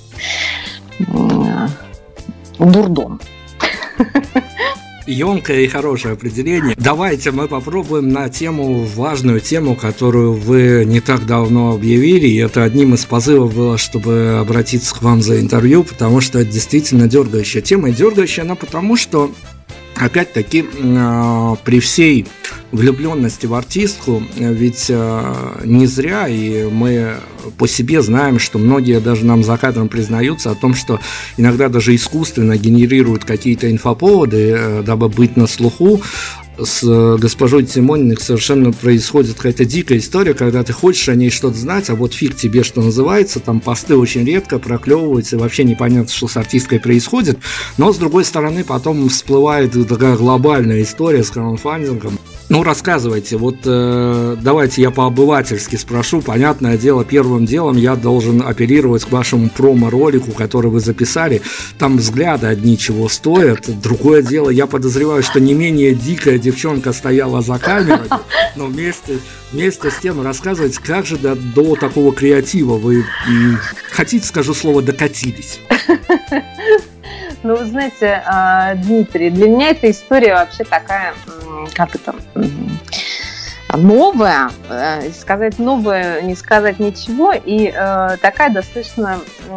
дурдом. Емкое и хорошее определение. Давайте мы попробуем на тему, важную тему, которую вы не так давно объявили. И это одним из позывов было, чтобы обратиться к вам за интервью, потому что это действительно дергающая тема. И дергающая она потому, что опять-таки, при всей влюбленности в артистку, ведь не зря, и мы по себе знаем, что многие даже нам за кадром признаются о том, что иногда даже искусственно генерируют какие-то инфоповоды, дабы быть на слуху. С госпожой Тимониной совершенно происходит какая-то дикая история, когда ты хочешь о ней что-то знать, а вот фиг тебе, что называется, там посты очень редко проклевываются, вообще непонятно, что с артисткой происходит, но с другой стороны потом всплывает такая глобальная история с краудфандингом. Ну, рассказывайте, вот э, давайте я по-обывательски спрошу, понятное дело, первым делом я должен апеллировать к вашему промо-ролику, который вы записали, там взгляды одни чего стоят, другое дело, я подозреваю, что не менее дикая девчонка стояла за камерой, но вместе, вместе с тем рассказывайте, как же до, до такого креатива вы, м, хотите, скажу слово, докатились? Ну, вы знаете, Дмитрий, для меня эта история вообще такая, как это, новая, сказать новая, не сказать ничего, и такая достаточно,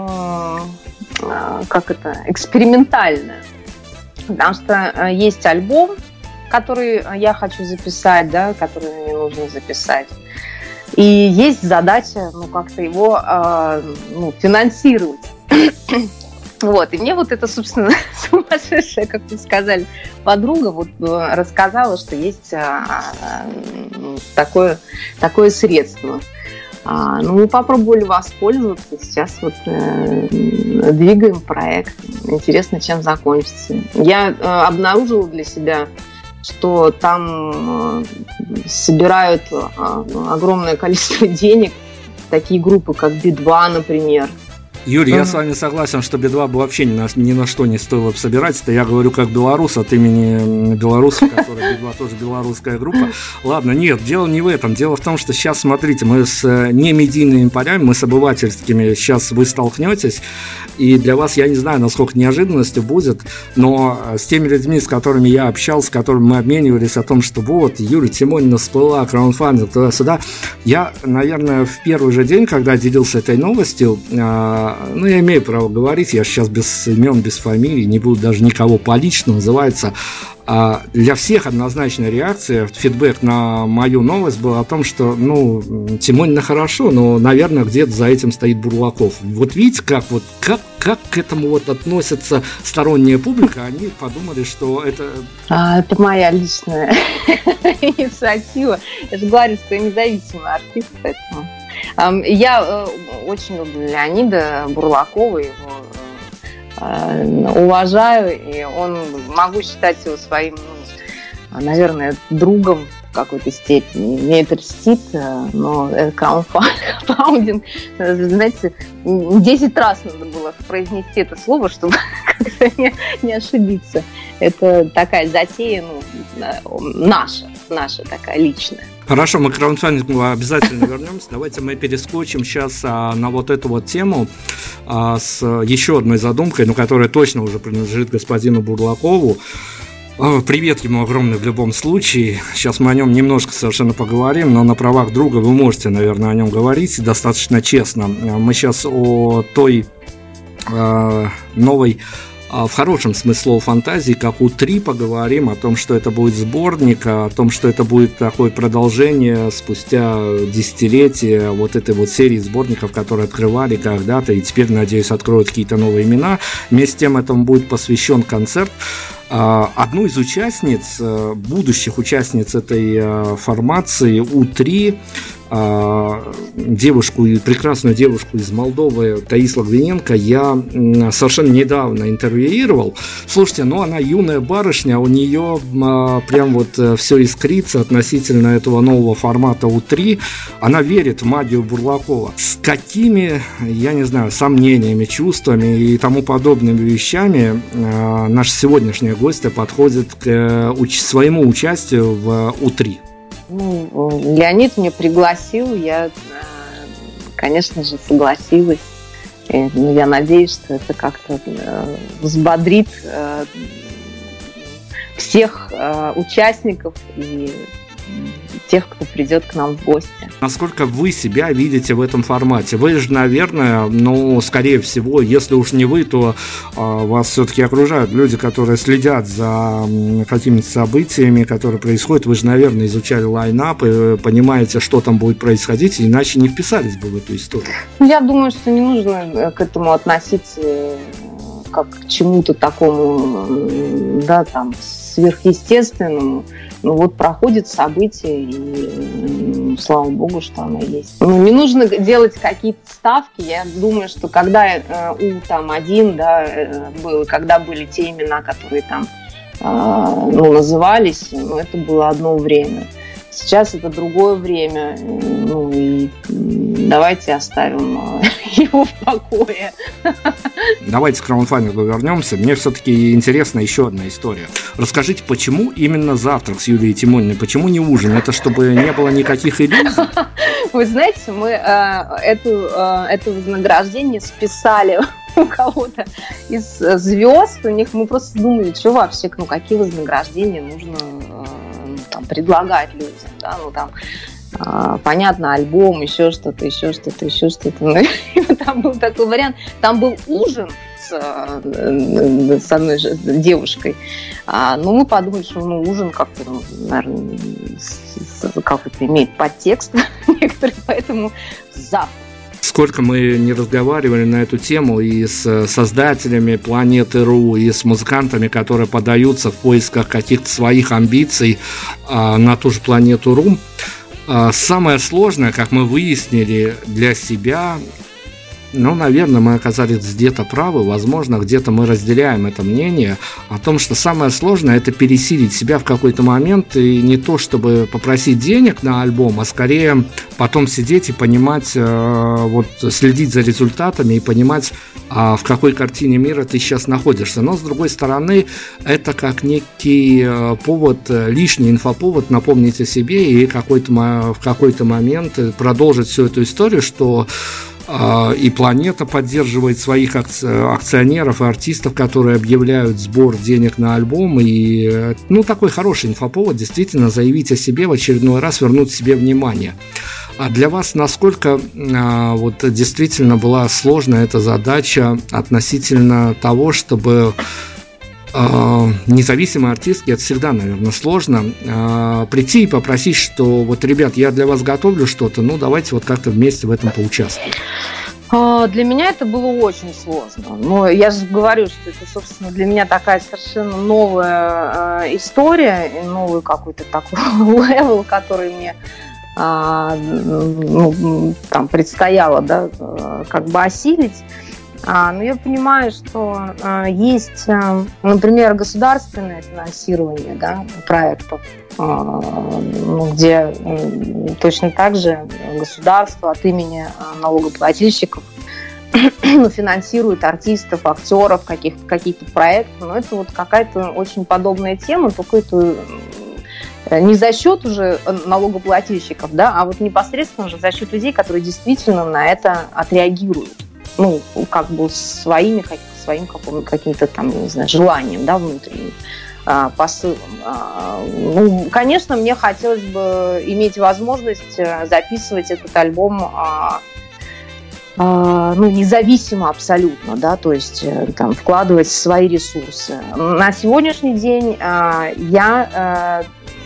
как это, экспериментальная. Потому что есть альбом, который я хочу записать, да, который мне нужно записать. И есть задача, ну, как-то его ну, финансировать. Вот, и мне вот эта, собственно, сумасшедшая, как вы сказали, подруга вот рассказала, что есть а, такое, такое средство. А, ну, мы попробовали воспользоваться, сейчас вот э, двигаем проект. Интересно, чем закончится. Я э, обнаружила для себя, что там э, собирают э, огромное количество денег, такие группы, как би два, например. Юрий, uh-huh. я с вами согласен, что би два бы вообще ни на, ни на что не стоило бы собирать. Это я говорю как белорус от имени белорусов, который би два тоже белорусская группа. Ладно, нет, дело не в этом. Дело в том, что сейчас, смотрите, мы с немедийными полями, мы с обывательскими, сейчас вы столкнетесь, и для вас, я не знаю, насколько неожиданностью будет, но с теми людьми, с которыми я общался, с которыми мы обменивались о том, что вот, Юлия Тимонина всплыла, краудфандинг, туда-сюда, я, наверное, в первый же день, когда делился этой новостью, ну, я имею право говорить, я сейчас без имен, без фамилий, не буду даже никого по личному, называется, А для всех однозначная реакция, фидбэк на мою новость был о том, что, ну, Тимонина хорошо, но, наверное, где-то за этим стоит Бурлаков. Вот видите, как вот как, как к этому вот относится сторонняя публика, они подумали, что это... А, это моя личная инициатива. Я же говорю, что я независимый артист, поэтому... Я очень люблю Леонида Бурлакова, его уважаю, и он, могу считать его своим, ну, наверное, другом в какой-то степени. Мне это льстит, но краудфандинг, знаете, десять раз надо было произнести это слово, чтобы как-то не, не ошибиться. Это такая затея, ну, наша, наша такая личная. Хорошо, мы к краудфандингу обязательно вернемся. Давайте мы перескочим сейчас а, на вот эту вот тему а, с еще одной задумкой, но которая точно уже принадлежит господину Бурлакову. А, привет ему огромный в любом случае. Сейчас мы о нем немножко совершенно поговорим, но на правах друга вы можете, наверное, о нем говорить достаточно честно. Мы сейчас о той а, новой... в хорошем смысле слова фантазии, как у три, поговорим о том, что это будет сборник, о том, что это будет такое продолжение спустя десятилетия вот этой вот серии сборников, которые открывали когда-то и теперь, надеюсь, откроют какие-то новые имена. Вместе с тем этому будет посвящен концерт. Одну из участниц, будущих участниц этой формации У три, девушку, прекрасную девушку из Молдовы Таис Логвиненко, я совершенно недавно интервьюировал. Слушайте, ну она юная барышня, у нее прям вот все искрится относительно этого нового формата У три. Она верит в магию Бурлакова. С какими, я не знаю, сомнениями, чувствами и тому подобными вещами наша сегодняшняя гостья подходит к своему участию в У три? Ну, Леонид меня пригласил, я, конечно же, согласилась. И, ну, я надеюсь, что это как-то взбодрит всех участников и тех, кто придет к нам в гости. Насколько вы себя видите в этом формате? Вы же, наверное, ну, скорее всего, если уж не вы, то а, вас все-таки окружают люди, которые следят за какими-то событиями, которые происходят. Вы же, наверное, изучали лайнап и понимаете, что там будет происходить, иначе не вписались бы в эту историю. Я думаю, что не нужно к этому относиться как к чему-то такому, да, там, сверхъестественному. Ну вот проходит событие, и слава богу, что оно есть. Ну, не нужно делать какие-то ставки. Я думаю, что когда э, У там один, да, э, был, когда были те имена, которые там э, ну, назывались, ну, это было одно время. Сейчас это другое время, ну и давайте оставим его в покое. Давайте к краудфандингу вернемся. Мне все-таки интересна еще одна история. Расскажите, почему именно завтрак с Юлией Тимониной? Почему не ужин? Это чтобы не было никаких иллюзий? Вы знаете, мы э, эту, э, это вознаграждение списали у кого-то из звезд. У них мы просто думали, что вообще, ну какие вознаграждения нужно э, там, предлагать людям, да, ну там а, понятно, альбом, еще что-то, еще что-то, еще что-то. Ну, там был такой вариант, там был ужин с, с одной же девушкой. А, ну, мы подумали, что ну, ужин как-то, ну, наверное, как-то имеет подтекст некоторые, поэтому завтра. Сколько мы не разговаривали на эту тему и с создателями Планеты.ру, и с музыкантами, которые подаются в поисках каких-то своих амбиций а, на ту же Планету.ру. А, самое сложное, как мы выяснили для себя, ну, наверное, мы оказались где-то правы, возможно, где-то мы разделяем это мнение о том, что самое сложное – это пересилить себя в какой-то момент и не то, чтобы попросить денег на альбом, а скорее потом сидеть и понимать, вот следить за результатами и понимать, в какой картине мира ты сейчас находишься. Но, с другой стороны, это как некий повод, лишний инфоповод напомнить о себе и какой-то, в какой-то момент продолжить всю эту историю, что и Планета поддерживает своих акционеров и артистов, которые объявляют сбор денег на альбом. И, ну, такой хороший инфоповод действительно заявить о себе, в очередной раз вернуть себе внимание. А для вас насколько а, вот действительно была сложная эта задача относительно того, чтобы независимой артистке это всегда, наверное, сложно. Прийти и попросить, что вот, ребят, я для вас готовлю что-то, ну, давайте вот как-то вместе в этом поучаствуем. Для меня это было очень сложно. Но я же говорю, что это, собственно, для меня такая совершенно новая история, и новый какой-то такой левел, который мне ну, там предстояло, да, как бы осилить. Но я понимаю, что есть, например, государственное финансирование, да, проектов, где точно так же государство от имени налогоплательщиков финансирует артистов, актеров, каких-то, каких-то проектов. Но это вот какая-то очень подобная тема, только это не за счет уже налогоплательщиков, да, а вот непосредственно уже за счет людей, которые действительно на это отреагируют. Ну, как бы своими, как, своим каким-то там, не знаю, желанием, да, внутренним а, посылом. А, ну, конечно, мне хотелось бы иметь возможность записывать этот альбом а, а, ну, независимо абсолютно, да, то есть там вкладывать свои ресурсы. На сегодняшний день а, я а,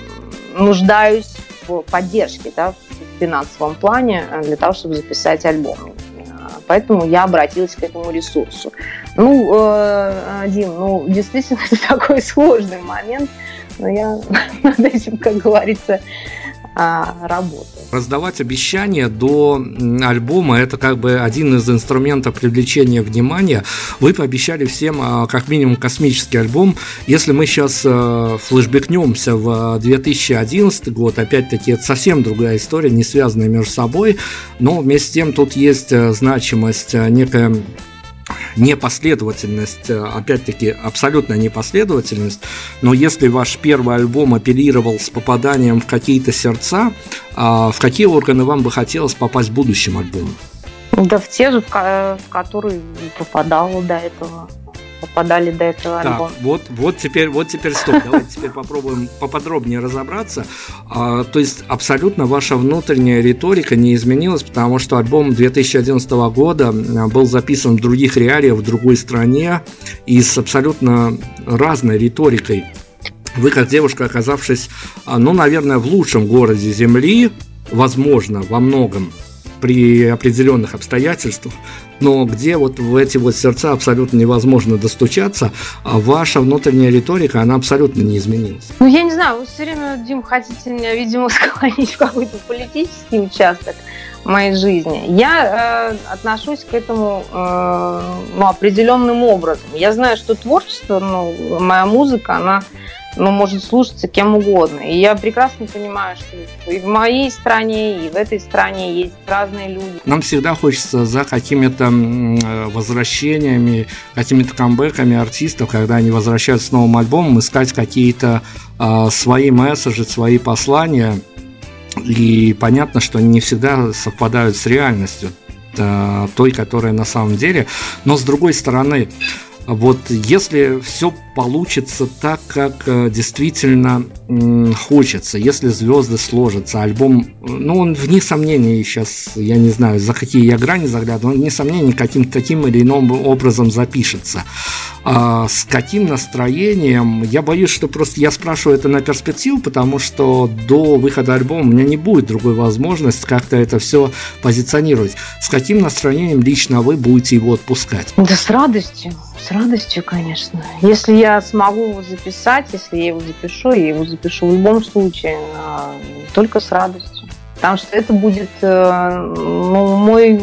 нуждаюсь в поддержке, да, в финансовом плане для того, чтобы записать альбом. Поэтому я обратилась к этому ресурсу. Ну, э, Дим, ну, действительно, это такой сложный момент, но я над этим, как говорится, работаю. Раздавать обещания до альбома – это как бы один из инструментов привлечения внимания. Вы пообещали всем как минимум космический альбом. Если мы сейчас флешбекнемся в две тысячи одиннадцатый год, опять-таки это совсем другая история, не связанная между собой, но вместе с тем тут есть значимость, некая непоследовательность, опять-таки абсолютная непоследовательность, но если ваш первый альбом апеллировал с попаданием в какие-то сердца, в какие органы вам бы хотелось попасть в будущем альбоме? Да в те же, в которые попадало до этого. попадали до этого так, альбома. Вот, вот теперь, вот теперь стоп, давайте теперь попробуем поподробнее разобраться. А, то есть абсолютно ваша внутренняя риторика не изменилась, потому что альбом две тысячи одиннадцатого года был записан в других реалиях, в другой стране и с абсолютно разной риторикой. Вы, как девушка, оказавшись, ну, наверное, в лучшем городе Земли, возможно, во многом, при определенных обстоятельствах, но где вот в эти вот сердца абсолютно невозможно достучаться, а ваша внутренняя риторика, она абсолютно не изменилась. Ну, я не знаю, вы все время, Дим, хотите меня, видимо, склонить в какой-то политический участок моей жизни. Я э, отношусь к этому э, ну, определенным образом. Я знаю, что творчество, ну, моя музыка, она ну, может слушаться кем угодно. И я прекрасно понимаю, что и в моей стране, и в этой стране есть разные люди. Нам всегда хочется за какими-то возвращениями, какими-то камбэками артистов, когда они возвращаются с новым альбомом, искать какие-то э, свои месседжи, свои послания. И понятно, что они не всегда совпадают с реальностью, э, той, которая на самом деле. Но с другой стороны, вот если все получится так, как действительно хочется, если звезды сложатся, альбом, ну, он вне сомнений сейчас, я не знаю, за какие я грани заглядываю, он вне сомнений каким-то таким или иным образом запишется. А с каким настроением? Я боюсь, что просто я спрашиваю это на перспективу, потому что до выхода альбома у меня не будет другой возможности как-то это все позиционировать. С каким настроением лично вы будете его отпускать? Да с радостью. С радостью, конечно. Если я смогу его записать, если я его запишу, я его запишу в любом случае, только с радостью. Потому что это будет ну, мой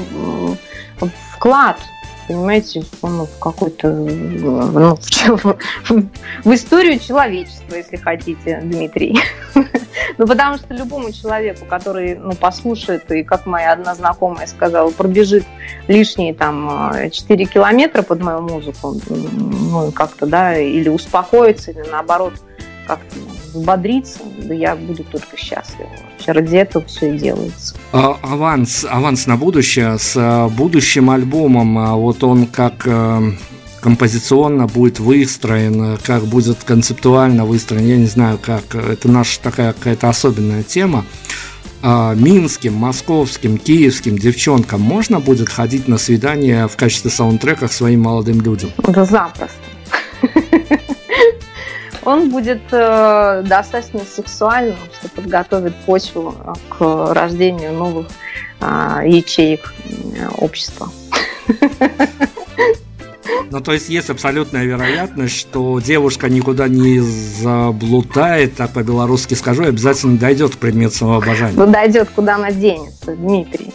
вклад, понимаете, ну, в какой-то ну, в, в историю человечества, если хотите, Дмитрий. Ну, потому что любому человеку, который ну, послушает, и как моя одна знакомая сказала, пробежит лишние там четыре километра под мою музыку, ну, как-то, да, или успокоится, или наоборот, как-то взбодриться, да я буду только счастлива. Вообще ради этого все и делается. А, аванс, аванс на будущее. С будущим альбомом, вот он как композиционно будет выстроен, как будет концептуально выстроен, я не знаю, как. Это наша такая какая-то особенная тема. А, минским, московским, киевским девчонкам можно будет ходить на свидание в качестве саундтрека к своим молодым людям? Да запросто. Он будет э, достаточно сексуальным, что подготовит почву к рождению новых э, ячеек общества. Ну, то есть есть абсолютная вероятность, что девушка никуда не заблудает, так по-белорусски скажу, и обязательно дойдет к предмету своего обожания. Ну, дойдет, куда она денется, Дмитрий.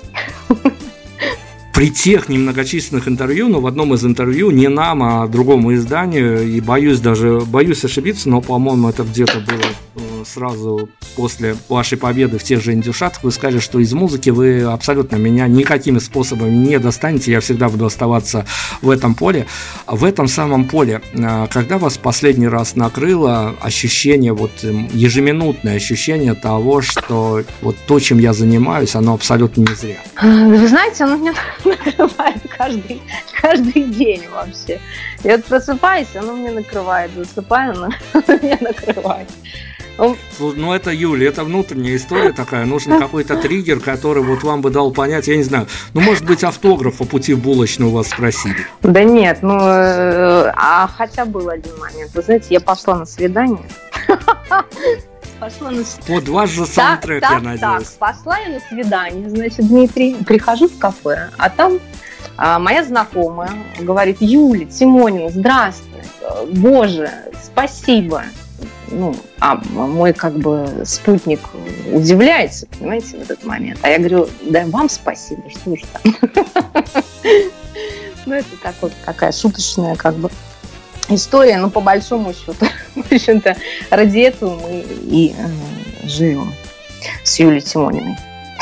При тех немногочисленных интервью, но в одном из интервью, не нам, а другому изданию, и боюсь даже, боюсь ошибиться, но, по-моему, это где-то было сразу после вашей победы в тех же индюшатах, вы сказали, что из музыки вы абсолютно меня никакими способами не достанете, я всегда буду оставаться в этом поле. В этом самом поле, когда вас последний раз накрыло ощущение, вот ежеминутное ощущение того, что вот то, чем я занимаюсь, оно абсолютно не зря? Вы знаете, оно меня накрывает каждый, каждый день вообще. Я вот просыпаюсь, оно мне накрывает, засыпаю, оно меня накрывает. Ну, это, Юля, это внутренняя история такая. Нужен какой-то триггер, который вот вам бы дал понять, я не знаю, ну, может быть, автограф по пути в булочную у вас спросили. Да нет, ну, а хотя был один момент. Вы знаете, я пошла на свидание. Пошла на... Под ваш же саундтрек, я надеюсь. Так, пошла я на свидание, значит, Дмитрий, прихожу в кафе, а там а, моя знакомая говорит: Юля Тимонина, здравствуй, боже, спасибо. Ну, а мой как бы спутник удивляется, понимаете, в этот момент. А я говорю: да вам спасибо, что же там. Ну, это такая шуточная как бы история, но по большому счету, в общем-то, ради этого мы и э, живем с Юлей Тимониной.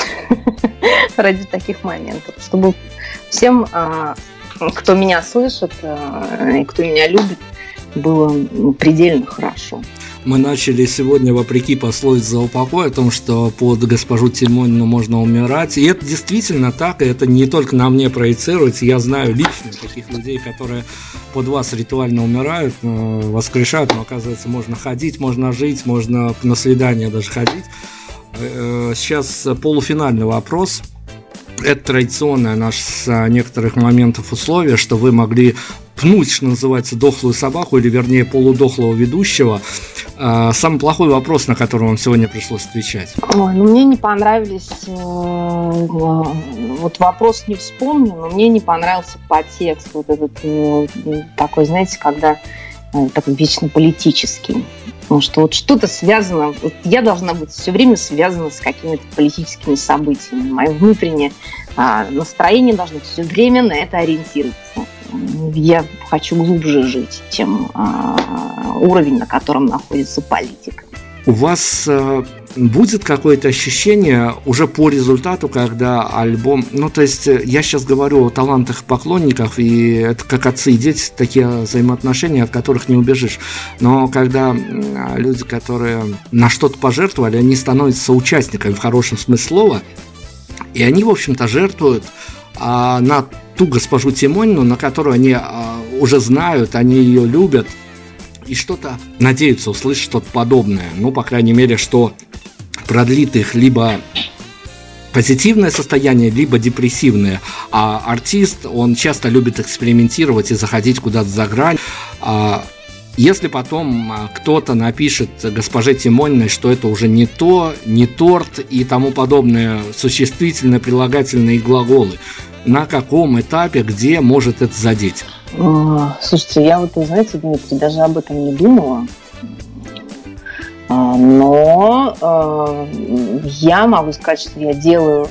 Ради таких моментов, чтобы всем, э, кто меня слышит э, и кто меня любит, было ну, предельно хорошо. Мы начали сегодня, вопреки пословице «За упокой», о том, что под госпожу Тимонину можно умирать. И это действительно так, и это не только на мне проецируется. Я знаю лично таких людей, которые под вас ритуально умирают, воскрешают, но, оказывается, можно ходить, можно жить, можно на свидание даже ходить. Сейчас полуфинальный вопрос. Это традиционное наше с некоторых моментов условие, что вы могли пнуть, что называется, дохлую собаку, или вернее полудохлого ведущего. Самый плохой вопрос, на который вам сегодня пришлось отвечать. Ой, ну мне не понравились, вот вопрос не вспомню, но мне не понравился подтекст, вот этот такой, знаете, когда такой вечно политический. Потому что вот что-то связано, вот я должна быть все время связана с какими-то политическими событиями. Мое внутреннее а, настроение должно все время на это ориентироваться. Я хочу глубже жить, чем а, уровень, на котором находится политика. У вас э, будет какое-то ощущение уже по результату, когда альбом... Ну, то есть, я сейчас говорю о талантах поклонников, и это как отцы и дети, такие взаимоотношения, от которых не убежишь. Но когда э, люди, которые на что-то пожертвовали, они становятся участниками в хорошем смысле слова, и они, в общем-то, жертвуют э, на ту госпожу Тимонину, на которую они э, уже знают, они ее любят, и что-то надеются услышать что-то подобное. Ну, по крайней мере, что продлит их либо позитивное состояние, либо депрессивное. А артист, он часто любит экспериментировать и заходить куда-то за грань. А если потом кто-то напишет госпоже Тимониной, что это уже не то, не торт и тому подобное, существительное, прилагательные и глаголы, на каком этапе, где может это задеть? Слушайте, я вот, знаете, Дмитрий, даже об этом не думала, но я могу сказать, что я делаю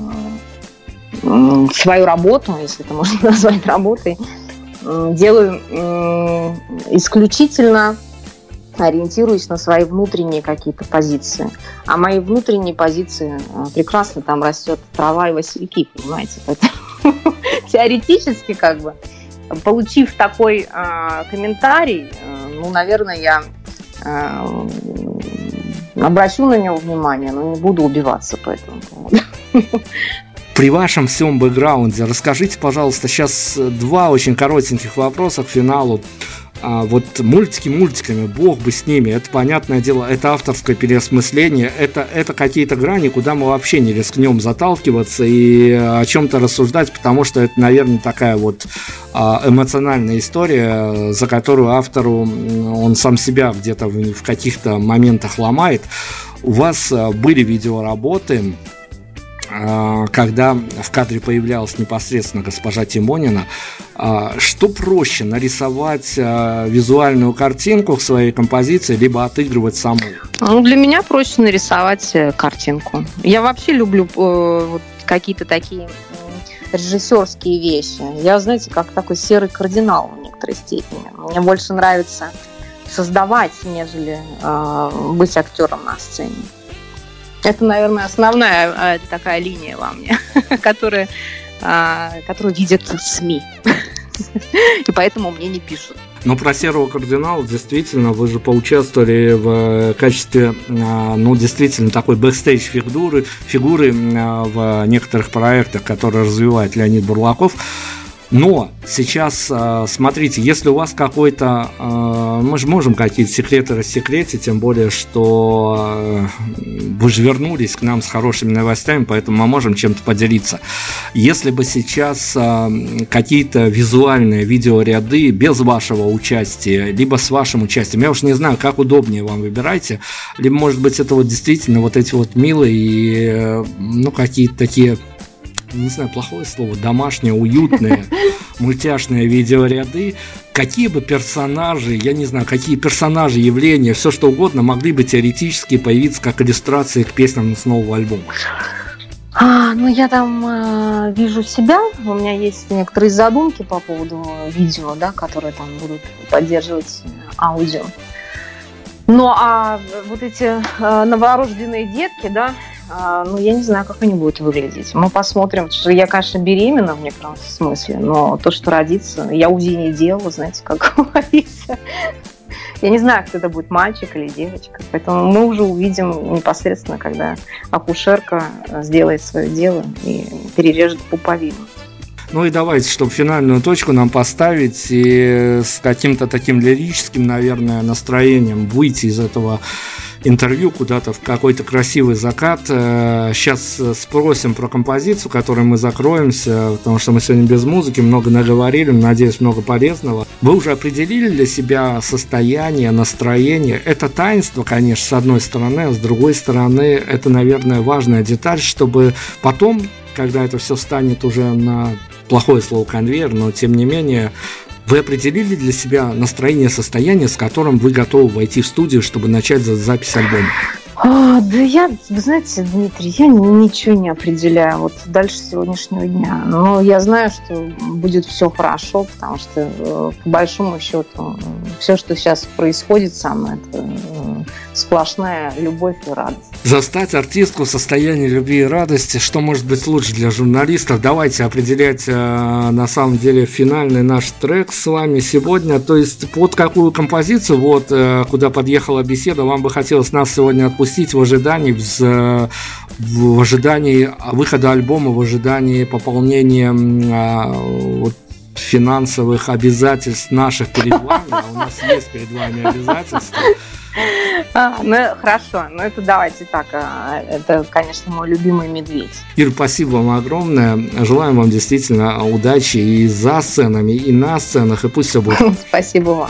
свою работу, если это можно назвать работой, делаю исключительно ориентируюсь на свои внутренние какие-то позиции. А мои внутренние позиции прекрасно там растет трава и васильки, понимаете? Поэтому теоретически как бы получив такой э, комментарий, э, ну, наверное, я э, обращу на него внимание, но не буду убиваться по этому поводу. При вашем всем бэкграунде расскажите, пожалуйста, сейчас два очень коротеньких вопроса к финалу. а, вот мультики мультиками, бог бы с ними, это понятное дело, это авторское переосмысление, это, это какие-то грани, куда мы вообще не рискнем заталкиваться и о чем-то рассуждать, потому что это, наверное, такая вот а, эмоциональная история, за которую автору он сам себя где-то в, в каких-то моментах ломает. У вас а, были видеоработы, когда в кадре появлялась непосредственно госпожа Тимонина. Что проще, нарисовать визуальную картинку к своей композиции, либо отыгрывать саму? Ну, для меня проще нарисовать картинку. Я вообще люблю э, вот, какие-то такие режиссерские вещи. Я, знаете, как такой серый кардинал в некоторой степени. Мне больше нравится создавать, нежели э, быть актером на сцене. Это, наверное, основная такая линия во мне, которая, которую видят СМИ. И поэтому мне не пишут. Но про серого кардинала, действительно, вы же поучаствовали в качестве, ну, действительно, такой бэкстейдж-фигуры фигуры в некоторых проектах, которые развивает Леонид Бурлаков. Но сейчас, смотрите, если у вас какой-то, мы же можем какие-то секреты рассекретить, тем более, что вы же вернулись к нам с хорошими новостями, поэтому мы можем чем-то поделиться. Если бы сейчас какие-то визуальные видеоряды без вашего участия, либо с вашим участием, я уж не знаю, как удобнее вам, выбирайте, либо, может быть, это вот действительно вот эти вот милые, ну, какие-то такие... не знаю, плохое слово, домашние, уютные, мультяшные видеоряды, какие бы персонажи, я не знаю, какие персонажи, явления, все что угодно могли бы теоретически появиться как иллюстрации к песням с нового альбома? А, ну, я там э, вижу себя, у меня есть некоторые задумки по поводу видео, да, которые там будут поддерживать аудио. Ну, а вот эти э, новорожденные детки, да, ну, я не знаю, как они будут выглядеть. Мы посмотрим. Что я, конечно, беременна в некотором смысле, но то, что родится, я УЗИ не делала, знаете, как говорится. Я не знаю, кто это будет, мальчик или девочка. Поэтому мы уже увидим непосредственно, когда акушерка сделает свое дело и перережет пуповину. Ну и давайте, чтобы финальную точку нам поставить и с каким-то таким лирическим, наверное, настроением выйти из этого интервью куда-то в какой-то красивый закат. Сейчас спросим про композицию, которой мы закроемся, потому что мы сегодня без музыки, много наговорили, надеюсь, много полезного. Вы уже определили для себя состояние, настроение? Это таинство, конечно, с одной стороны, а с другой стороны, это, наверное, важная деталь, чтобы потом, когда это все станет уже на плохое слово конвейер, но тем не менее, вы определили для себя настроение, состояние, с которым вы готовы войти в студию, чтобы начать запись альбома? А, да я, вы знаете, Дмитрий, я ничего не определяю вот дальше сегодняшнего дня. Но я знаю, что будет все хорошо, потому что, по большому счету, все, что сейчас происходит со мной, это сплошная любовь и радость. Застать артистку в состоянии любви и радости, что может быть лучше для журналистов? Давайте определять на самом деле финальный наш трек с вами сегодня. То есть под какую композицию, вот куда подъехала беседа, вам бы хотелось нас сегодня отпустить в ожидании, в, в ожидании выхода альбома, в ожидании пополнения вот, финансовых обязательств наших перед вами, а у нас есть перед вами обязательства. А, ну хорошо, ну это давайте так, это, конечно, мой любимый медведь. Ир, спасибо вам огромное, желаем вам действительно удачи и за сценами, и на сценах, и пусть все будет. Спасибо вам.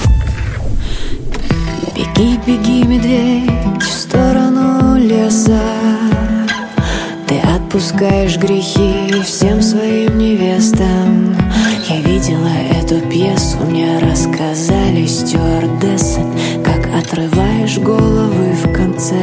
Беги, беги, медведь, в сторону леса. Ты отпускаешь грехи всем своим невестам. Я видела эту пьесу, мне рассказали стюардессы, как отрываешь головы в конце.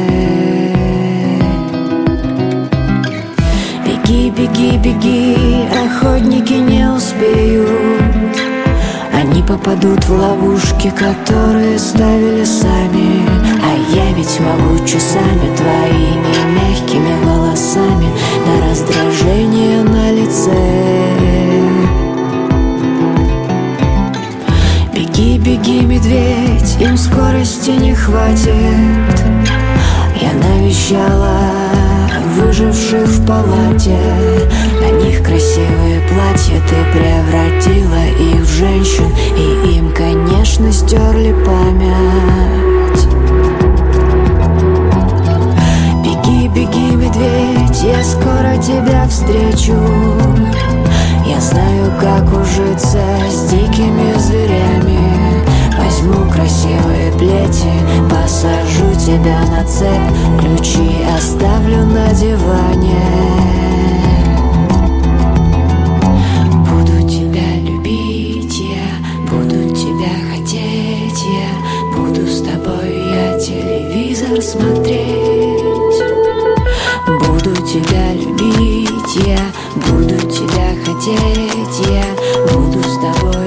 Беги, беги, беги, охотники не успеют. Они попадут в ловушки, которые ставили сами. А я ведь могу часами твоими мягкими волосами до раздражения на лице. Беги, беги, медведь, им скорости не хватит. Я навещала выживших в палате. На них красивые платья, ты превратила их в женщин, и им, конечно, не стерли память. Беги, беги, медведь, я скоро тебя встречу. Я знаю, как ужиться с дикими зверями. Возьму красивые плети, посажу тебя на цепь, ключи оставлю на диване. Буду тебя любить я, буду тебя хотеть я, буду с тобой я телевизор смотреть. Буду тебя любить я, буду тебя хотеть я, буду с тобой